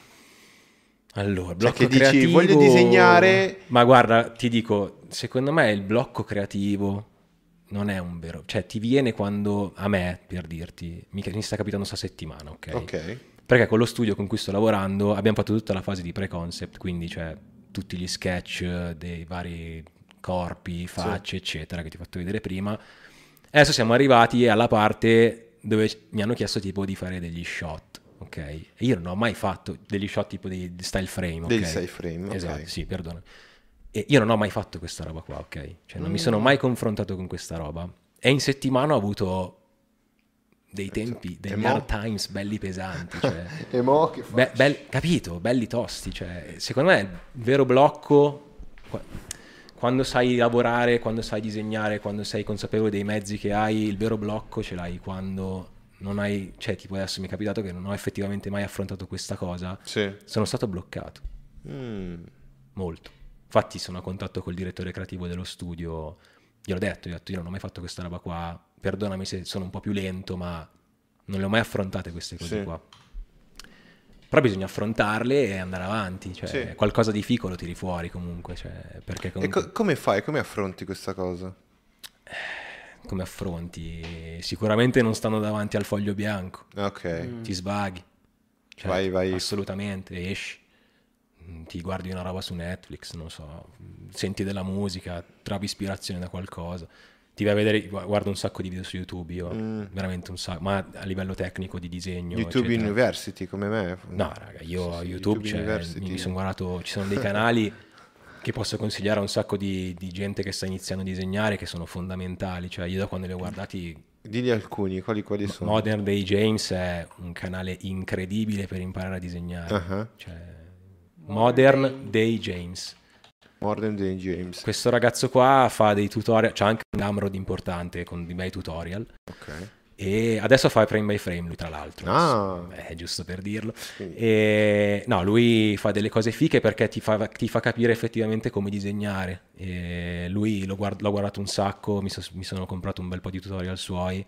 Allora, Cioè blocco che dici, creativo... voglio disegnare... Ma guarda, ti dico, secondo me il blocco creativo non è un vero... Cioè, ti viene quando, a me, per dirti, mi, mi sta capitando sta settimana, ok? Ok. Perché con lo studio con cui sto lavorando abbiamo fatto tutta la fase di pre-concept, quindi cioè tutti gli sketch dei vari corpi, facce, sì, eccetera, che ti ho fatto vedere prima. Adesso siamo arrivati alla parte dove mi hanno chiesto tipo di fare degli shot, ok? E io non ho mai fatto degli shot tipo di, di style frame, ok? Degli style frame, ok. Esatto, sì, perdona. E io non ho mai fatto questa roba qua, ok? Cioè non mm. mi sono mai confrontato con questa roba. E in settimana ho avuto dei tempi, degli hard times belli pesanti, cioè, e mo che be- bel, capito, belli tosti, cioè, secondo me il vero blocco, quando sai lavorare, quando sai disegnare, quando sei consapevole dei mezzi che hai, il vero blocco ce l'hai quando non hai, cioè tipo adesso mi è capitato che non ho effettivamente mai affrontato questa cosa, sì, sono stato bloccato, mm. molto. Infatti sono a contatto col direttore creativo dello studio, gliel'ho detto, gli ho detto io non ho mai fatto questa roba qua, perdonami se sono un po' più lento, ma non le ho mai affrontate queste cose, sì, qua. Però bisogna affrontarle e andare avanti, cioè sì, qualcosa di fico lo tiri fuori comunque, cioè, perché comunque... E co- come fai? Come affronti questa cosa? Come affronti? Sicuramente non stanno davanti al foglio bianco. Ok. Mm. Ti svaghi. Cioè, vai, vai. Assolutamente, esci. Ti guardi una roba su Netflix, non so, senti della musica, trovi ispirazione da qualcosa. Ti vai a vedere, guardo un sacco di video su YouTube, io mm. veramente un sacco, ma a livello tecnico di disegno. YouTube eccetera. University come me? No, raga, io sì, a sì, YouTube, YouTube cioè, mi sono guardato, ci sono dei canali che posso consigliare a un sacco di, di gente che sta iniziando a disegnare, che sono fondamentali, cioè io da quando li ho guardati... Digli alcuni, quali, quali sono? Modern Day James è un canale incredibile per imparare a disegnare, uh-huh. cioè, Modern Day James. Modern Day James. Questo ragazzo qua fa dei tutorial, c'ha anche un Amrod importante con dei bei tutorial. Ok. E adesso fa frame by frame lui, tra l'altro. Ah. È giusto per dirlo. E, no, lui fa delle cose fiche perché ti fa, ti fa capire effettivamente come disegnare. E lui l'ho, guard- l'ho guardato un sacco, mi, so- mi sono comprato un bel po' di tutorial suoi.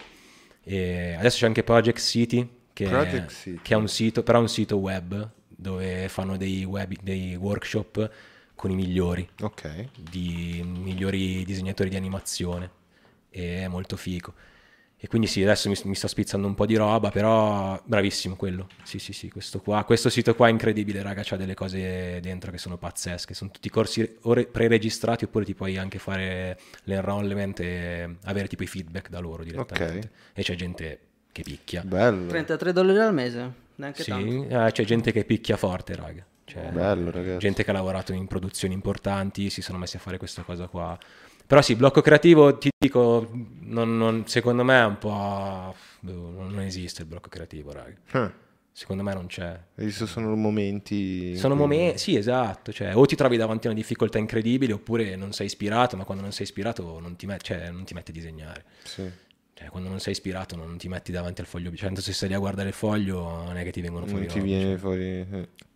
E adesso c'è anche Project City, che, Project è, City. che è un sito, però è un sito web dove fanno dei, web, dei workshop con i migliori, okay. di migliori disegnatori di animazione, e è molto figo. E quindi sì, adesso mi, mi sta spizzando un po' di roba, però bravissimo quello. Sì, sì, sì, questo qua, questo sito qua è incredibile, raga, c'ha delle cose dentro che sono pazzesche, sono tutti corsi pre-registrati, oppure ti puoi anche fare l'enrollment e avere tipo i feedback da loro direttamente. Okay. E c'è gente che picchia. Bello. trentatré dollari al mese, neanche sì, tanto. Eh, c'è gente che picchia forte, raga. Cioè, bello, ragazzi. Gente che ha lavorato in produzioni importanti, si sono messi a fare questa cosa qua. Però sì, blocco creativo, ti dico, non, non, secondo me è un po'... non esiste il blocco creativo, raga. Huh. Secondo me non c'è. Questi sono momenti... Sono momenti, sì, esatto. Cioè, o ti trovi davanti a una difficoltà incredibile, oppure non sei ispirato, ma quando non sei ispirato non ti, met- cioè, non ti metti a disegnare. Sì. Cioè, quando non sei ispirato non ti metti davanti al foglio. Cioè, se stai lì a guardare il foglio non è che ti vengono fuori. Non ti roba, viene cioè. fuori...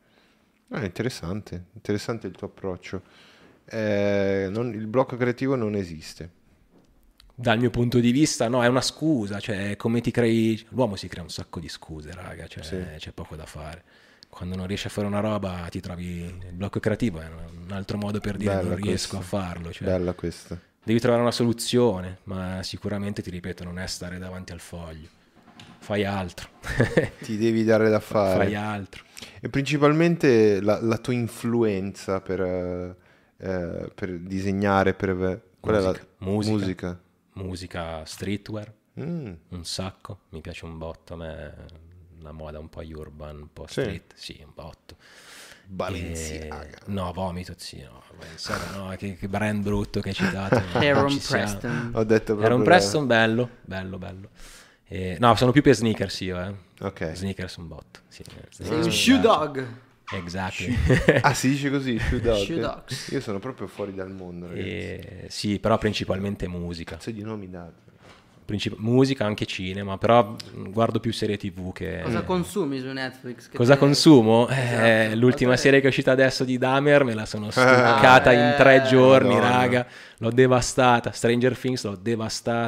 Ah, interessante, interessante il tuo approccio. Eh, non, il blocco creativo non esiste. Dal mio punto di vista no, è una scusa, cioè come ti crei, l'uomo si crea un sacco di scuse, raga, cioè sì. C'è poco da fare. Quando non riesci a fare una roba ti trovi, il blocco creativo è un altro modo per dire bella non riesco questa. a farlo, cioè, bella questa. Devi trovare una soluzione, ma sicuramente ti ripeto non è stare davanti al foglio, fai altro. Ti devi dare da fare. Fai altro. E principalmente la, la tua influenza per, eh, per disegnare, per... Qual musica. è la musica? Musica. Musica streetwear, mm. un sacco, mi piace un botto, a me una moda un po' urban, un po' street, sì, sì un botto. Balenciaga. E... No, vomito, sì, no, Balenciaga, no, che, che brand brutto che hai citato. Aaron Preston. Ho detto proprio Aaron Preston, bello, bello, bello. E... No, sono più per sneakers io, eh. Ok. Sneakers un botto, sì. Sei un shoe dog. Exactly. Ah, si dice così, shoe dog. Shoe dogs. Io sono proprio fuori dal mondo, ragazzi. E... Sì, però principalmente musica. Cazzo di nomi dati. Princip- musica, anche cinema, però guardo più serie tv che... Cosa consumi su Netflix? Cosa te... consumo? Esatto. Eh, l'ultima Oltre... serie che è uscita adesso di Dahmer me la sono stuccata ah, in tre giorni, Madonna. raga. L'ho devastata. Stranger Things l'ho devastata.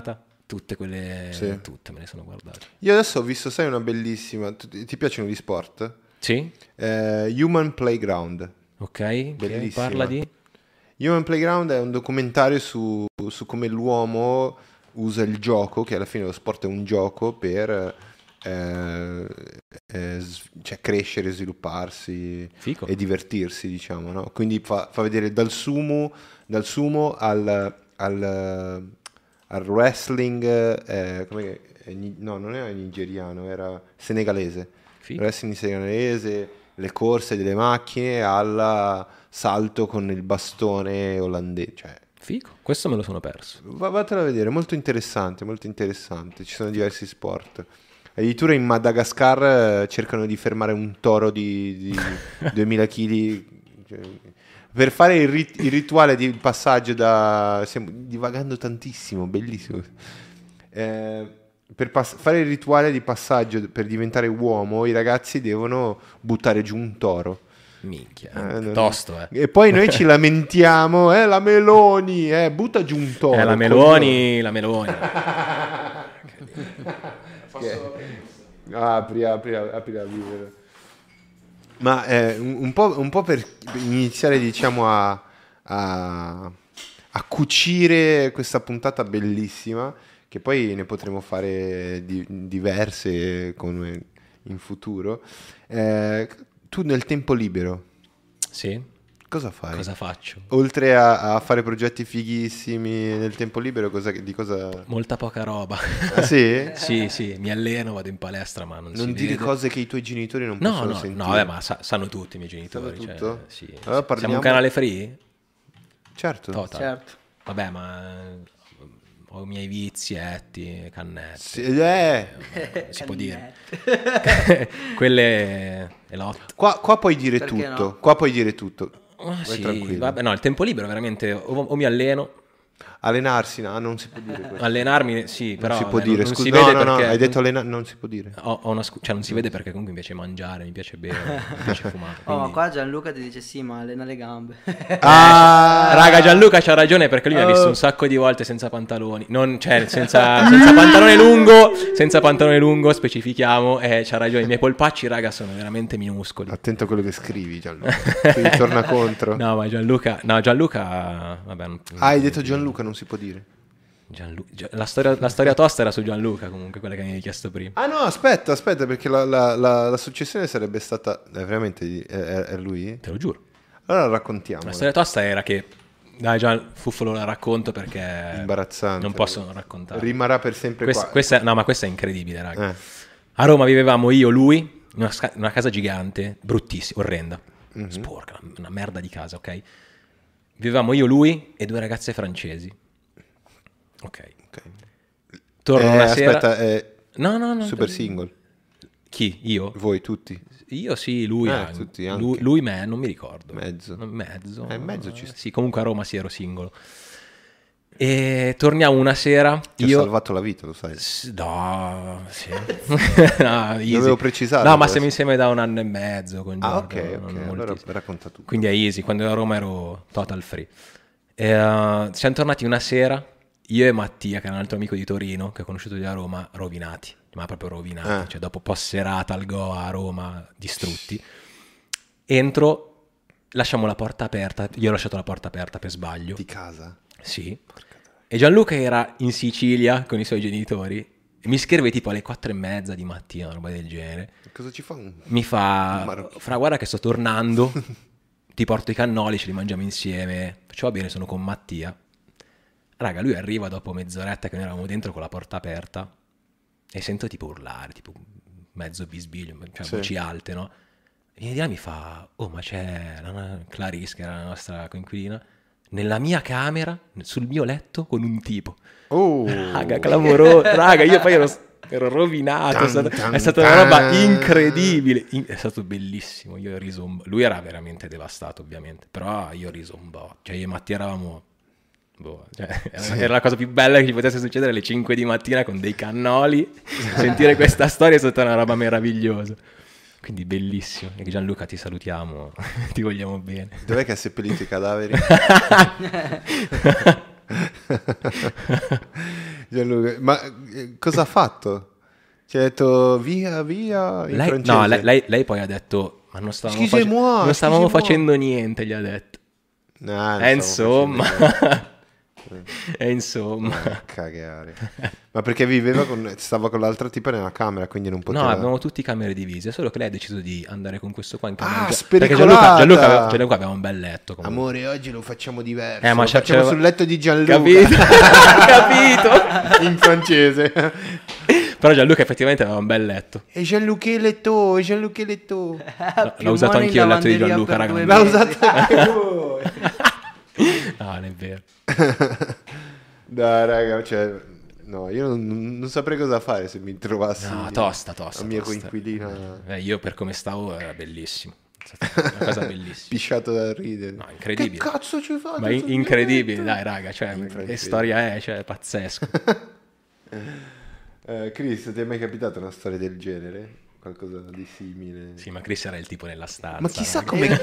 tutte quelle, Sì. tutte me le sono guardate. Io adesso ho visto, sai, una bellissima. Ti ti piacciono gli sport? Sì? Eh, Human Playground. Ok, che Bellissima. parla di... Human Playground è un documentario su, su come l'uomo usa il gioco, che alla fine lo sport è un gioco, per eh, eh, s- cioè crescere, svilupparsi Fico. e divertirsi, diciamo, no? Quindi fa, fa vedere dal sumo, dal sumo al, al, al wrestling, eh, come, è ni- no, non era nigeriano, era senegalese. Fico. Wrestling senegalese, le corse delle macchine, al salto con il bastone olandese, cioè Fico. Questo me lo sono perso. Va- Vattela a vedere, molto interessante, molto interessante. Ci sono diversi sport. Addirittura in Madagascar eh, cercano di fermare un toro di, di duemila chili per fare il, rit- il rituale di passaggio da... Stiamo divagando tantissimo, bellissimo. Eh, per pass- fare il rituale di passaggio per diventare uomo, i ragazzi devono buttare giù un toro. Minchia. Eh, non- Tosto, eh. E poi noi ci lamentiamo, eh, la Meloni, eh, butta giù un toro. Eh, la Meloni, la Meloni. Apri, apri, apri la vivere. Ma eh, un, un po', un po' per iniziare, diciamo, a, a, a cucire questa puntata bellissima, che poi ne potremo fare di- diverse come in futuro. Eh, tu nel tempo libero Sì? cosa fai? Cosa faccio? Oltre a, a fare progetti fighissimi nel tempo libero, cosa, di cosa... Molta poca roba. Ah sì? Sì, sì, mi alleno, vado in palestra, ma non, Non si dire vede. cose che i tuoi genitori non No, possono no, sentire. no, vabbè, ma sa- sanno tutti i miei genitori. Sanno cioè, tutto? sì. Allora Siamo parliamo- un canale free? Certo. Total. Certo. Vabbè, ma eh, ho i miei vizietti, cannette. Sì, eh, Si può dire. Cannette. Quelle è lot. qua, qua puoi dire Perché tutto. no? Qua puoi dire tutto. Ah, Vai sì, tranquillo. vabbè, no, il tempo libero veramente o, o mi alleno, Allenarsi, no, non si può dire questo. allenarmi, sì, però non si può vabbè, dire. non, Scusa, si no, vede no, no, perché hai detto allenare, non si può dire. ho, ho una scu- cioè non si vede perché comunque mi piace mangiare, mi piace bere, mi piace fumare. Oh, ma quindi- qua Gianluca ti dice sì, ma allena le gambe. Ah, Raga, Gianluca c'ha ragione perché lui mi ha visto Oh. un sacco di volte senza pantaloni. Non, cioè, senza, senza pantalone lungo, senza pantalone lungo, specifichiamo. Eh, c'ha ragione. I miei polpacci, raga, sono veramente minuscoli. attento a quello che scrivi, Gianluca. Ti ritorna contro. No, ma Gianluca, no, Gianluca, vabbè. non- Ah, hai detto Gianluca, non si può dire. Gianlu- Gia- la, storia, la storia tosta era su Gianluca, comunque, quella che mi hai chiesto prima. Ah no, aspetta, aspetta, perché la, la- la- la successione sarebbe stata... È veramente di- è, è- è lui? Te lo giuro. Allora raccontiamo. La storia tosta era che, dai, Gian, Fuffolo la racconto perché Imbarazzante. non posso non raccontare. Rimarrà per sempre Questa, qua. questa è- no, ma questa è incredibile, raga. Eh. A Roma vivevamo io, lui, in una, sca- una casa gigante, bruttissima, orrenda, sporca, una, una merda di casa, ok? Vivevamo io, lui e due ragazze francesi. Ok. Ok. Torno Eh, una sera... aspetta, è No, no, no. super single. Chi? Io? Voi tutti? Io sì, lui Eh, anche. tutti anche. Lui, lui me, non mi ricordo. Mezzo. No, Mezzo. Eh, mezzo ci sta. Sì, comunque a Roma sì, ero singolo. E torniamo una sera, Ti ha io... salvato la vita, lo sai. S- No, sì. No, easy. Dovevo precisare No, ma questo. siamo insieme da un anno e mezzo con Ah, Giorgio, ok, ok. non Allora moltissimo. racconta tutto. Quindi è easy, quando ero a Roma ero total free. E, uh, siamo tornati una sera, io e Mattia, che era un altro amico di Torino, che ho conosciuto lì a Roma, rovinati, ma proprio rovinati, Eh. cioè dopo post serata al Goa a Roma, distrutti. Entro, lasciamo la porta aperta, io ho lasciato la porta aperta per sbaglio. Di casa? Sì. E Gianluca era in Sicilia con i suoi genitori e mi scrive tipo alle quattro e mezza di mattina, una roba del genere. Cosa ci fa un... Mi fa, Marocchino. fra guarda che sto tornando, ti porto i cannoli, ce li mangiamo insieme. Faccio va bene, sono con Mattia. Raga, lui arriva dopo mezz'oretta che noi eravamo dentro con la porta aperta e sento tipo urlare, tipo mezzo bisbiglio, cioè Sì. voci alte, no? E viene di là e mi fa, oh ma c'è la Clarice, che era la nostra coinquilina, nella mia camera, sul mio letto, con un tipo. Oh! Raga, clamoroso. Raga, io poi ero, ero rovinato. È Tan, stata, tan, è stata una roba tan. incredibile. In- è stato bellissimo. Io ho riso un bo- Lui era veramente devastato, ovviamente. Però io ho riso un po'. Cioè, io e Mattia eravamo. Boh, cioè, era, era la cosa più bella che ci potesse succedere alle cinque di mattina con dei cannoli. Sentire questa storia è stata una roba meravigliosa. Quindi bellissimo. E Gianluca, ti salutiamo. Ti vogliamo bene. Dov'è che ha seppellito i cadaveri? Gianluca, ma eh, cosa ha fatto? Ci ha detto via, via in Lei, francese. no, lei, lei- lei poi ha detto, ma non stavamo, face- Excusez-moi, non stavamo excusez-moi." facendo niente, gli ha detto. No, non E stavo insomma, facendo e insomma. niente. Cagare. Ma perché viveva con, stava con l'altra tipa nella camera, quindi non poteva. No, abbiamo tutti camere divise, solo che lei ha deciso di andare con questo qua in camera. Ah, Perché spericolata! Gianluca, Gianluca, aveva, Gianluca aveva un bel letto. comunque. Amore, oggi lo facciamo diverso. Eh, ma lo c'è- facciamo c'è- sul letto di Gianluca. Capito? Capito? In francese. Però Gianluca effettivamente aveva un bel letto. E Gianluca letto, e Gianluca letto. L'ho Più usato money anch'io il letto di lavanderia Gianluca, per raga. due L'ha mesi. usato anche voi. No, non è vero. Dai, raga, cioè, no, io non, non saprei cosa fare se mi trovassi No, tosta, tosta. la mia tosta. coinquilina Eh, io per come stavo era bellissimo. È stata una cosa bellissima. pisciato da ridere. No, incredibile. Che cazzo ci fate? Ma in- sul incredibile, letto? dai, raga. Cioè, In che francese. storia è? Cioè, pazzesco. Eh, Chris, ti è mai capitata una storia del genere? Qualcosa di simile? Sì, ma Chris era il tipo nella stanza. Ma chissà raga. come...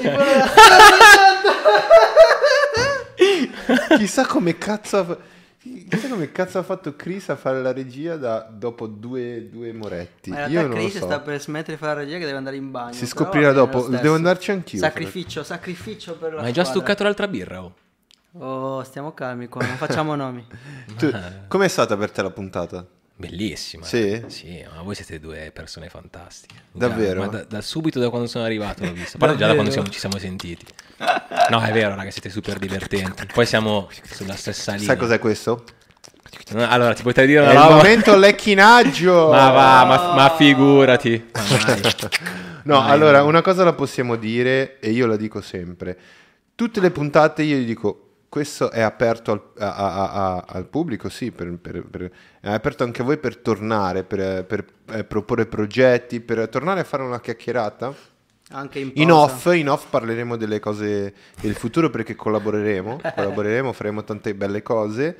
chissà come cazzo ha... chissà come cazzo ha fatto Chris a fare la regia da... dopo due, due moretti. Ma in Io realtà non lo Chris so. sta per smettere di fare la regia che deve andare in bagno. Si però scoprirà va bene dopo. lo stesso. Devo andarci anch'io. Sacrificio, sacrificio per la Ma hai già squadra. stuccato l'altra birra, oh? Oh, stiamo calmi qua, non facciamo nomi. Tu- com'è stata per te la puntata? Bellissima. Sì? eh. Sì, ma voi siete due persone fantastiche. Davvero? Ma da, da subito da quando sono arrivato l'ho visto. A parte già da quando Davvero? siamo- ci siamo sentiti. No, è vero, raga, siete super divertenti. Poi siamo sulla stessa linea. Sai cos'è questo? Allora, ti potrei dire È una il roba? momento lecchinaggio! Ma va, ma, ma figurati. Ma vai. No, Vai, allora, vai. una cosa la possiamo dire e io la dico sempre. Tutte le puntate io gli dico, questo è aperto al, a- a- a- al pubblico, sì, per- per- per- è aperto anche a voi per tornare, per, per, eh, proporre progetti, per tornare a fare una chiacchierata. Anche in, In pausa. off, in off parleremo delle cose del futuro perché collaboreremo, collaboreremo, faremo tante belle cose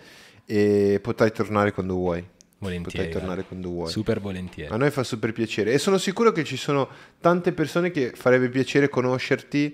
e potrai tornare quando vuoi. Volentieri. Potrai tornare guarda. quando vuoi. Super volentieri. A noi fa super piacere e sono sicuro che ci sono tante persone che farebbe piacere conoscerti.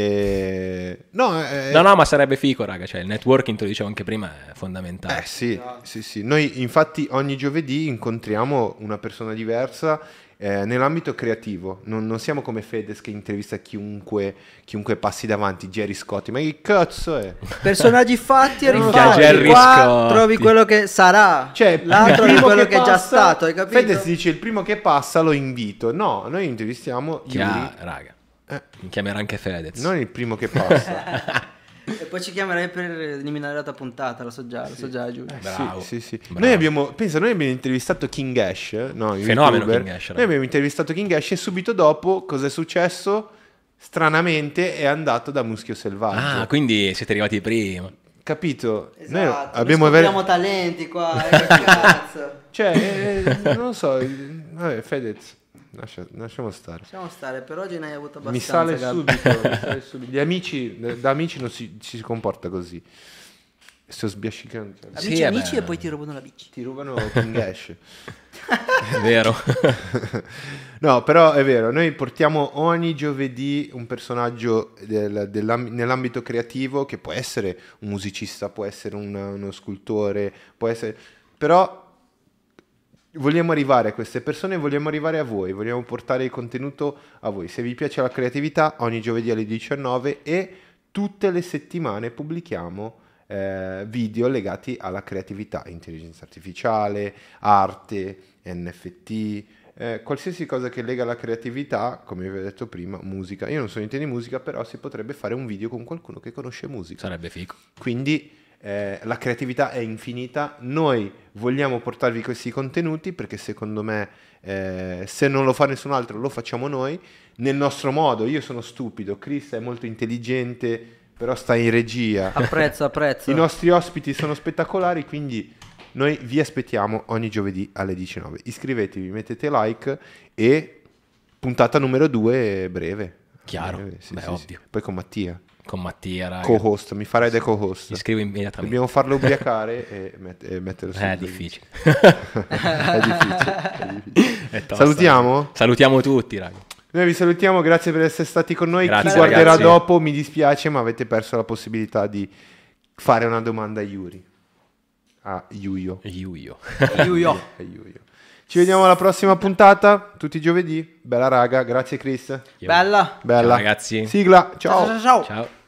E... No, eh, No, no, ma sarebbe fico, raga. Cioè, il networking, te lo dicevo anche prima, è fondamentale. eh, sì, sì, sì. Noi infatti ogni giovedì incontriamo una persona diversa eh, nell'ambito creativo. Non, non siamo come Fedez che intervista chiunque, chiunque passi davanti, Jerry Scotti. Ma che cazzo è? Personaggi fatti e Non rifatti. Jerry Qua Scotti. trovi quello che sarà. Cioè, là il trovi primo quello che, è già passa- stato, hai capito? Fedez dice il primo che passa lo invito. No, noi intervistiamo Chia- Yuri. raga. Eh. Mi chiamerà anche Fedez. Non il primo che passa. E poi ci chiamerai per eliminare la tua puntata, lo so già, lo so già, Giulio. Bravo. Sì, sì, sì. Bravo. Noi abbiamo, pensa, noi abbiamo intervistato King Ash, no? il Fenomeno youtuber. King Ash, Noi raga. abbiamo intervistato King Ash e subito dopo cosa è successo? Stranamente è andato da Muschio Selvaggio. Ah, quindi siete arrivati prima. Capito? Esatto, Noi noi abbiamo scopriamo ver- talenti qua, eh, che cazzo. Cioè, eh, non lo so, il- vabbè, Fedez, lascia- lasciamo stare. Lasciamo stare, per oggi ne hai avuto abbastanza. Mi sale Gabby. subito, mi sale subito. Gli amici, da amici non si, ci si comporta così. Sto sbiascicando. Amici, Sì, amici vabbè. e poi ti rubano la bici. Ti rubano King Ash. È vero. No, però è vero, noi portiamo ogni giovedì un personaggio del- dell'am- nell'ambito creativo che può essere un musicista, può essere un- uno scultore, può essere... Però vogliamo arrivare a queste persone, vogliamo arrivare a voi, vogliamo portare il contenuto a voi. Se vi piace la creatività, ogni giovedì alle diciannove e tutte le settimane pubblichiamo eh, video legati alla creatività, intelligenza artificiale, arte, N F T, eh, qualsiasi cosa che lega alla creatività, come vi ho detto prima, musica. Io non so niente di musica, però si potrebbe fare un video con qualcuno che conosce musica. Sarebbe fico. Quindi eh, la creatività è infinita, noi vogliamo portarvi questi contenuti perché secondo me eh, se non lo fa nessun altro lo facciamo noi, nel nostro modo. Io sono stupido, Chris è molto intelligente, però sta in regia. Apprezzo, apprezzo. I nostri ospiti sono spettacolari, quindi noi vi aspettiamo ogni giovedì alle diciannove. Iscrivetevi, mettete like e puntata numero due breve. Chiaro, Breve, sì, beh, sì, ovvio. sì. Poi con Mattia, Con Mattia, raga. co-host, mi farei da co-host. Mi scrivo immediatamente. Dobbiamo farlo ubriacare e, met- e metterlo su. È difficile. è difficile, è difficile. È tosta, Salutiamo? raga. Salutiamo tutti, raga. Noi vi salutiamo, grazie per essere stati con noi. Grazie, Chi guarderà ragazzi. dopo mi dispiace, ma avete perso la possibilità di fare una domanda a Yuri. a Yuyo. Yuyo. Yuyo. A Yuyo. Ci vediamo alla prossima puntata, tutti i giovedì. Bella raga, grazie Chris. Bella. Bella. Ciao, ragazzi. Sigla, Ciao ciao ciao. Ciao.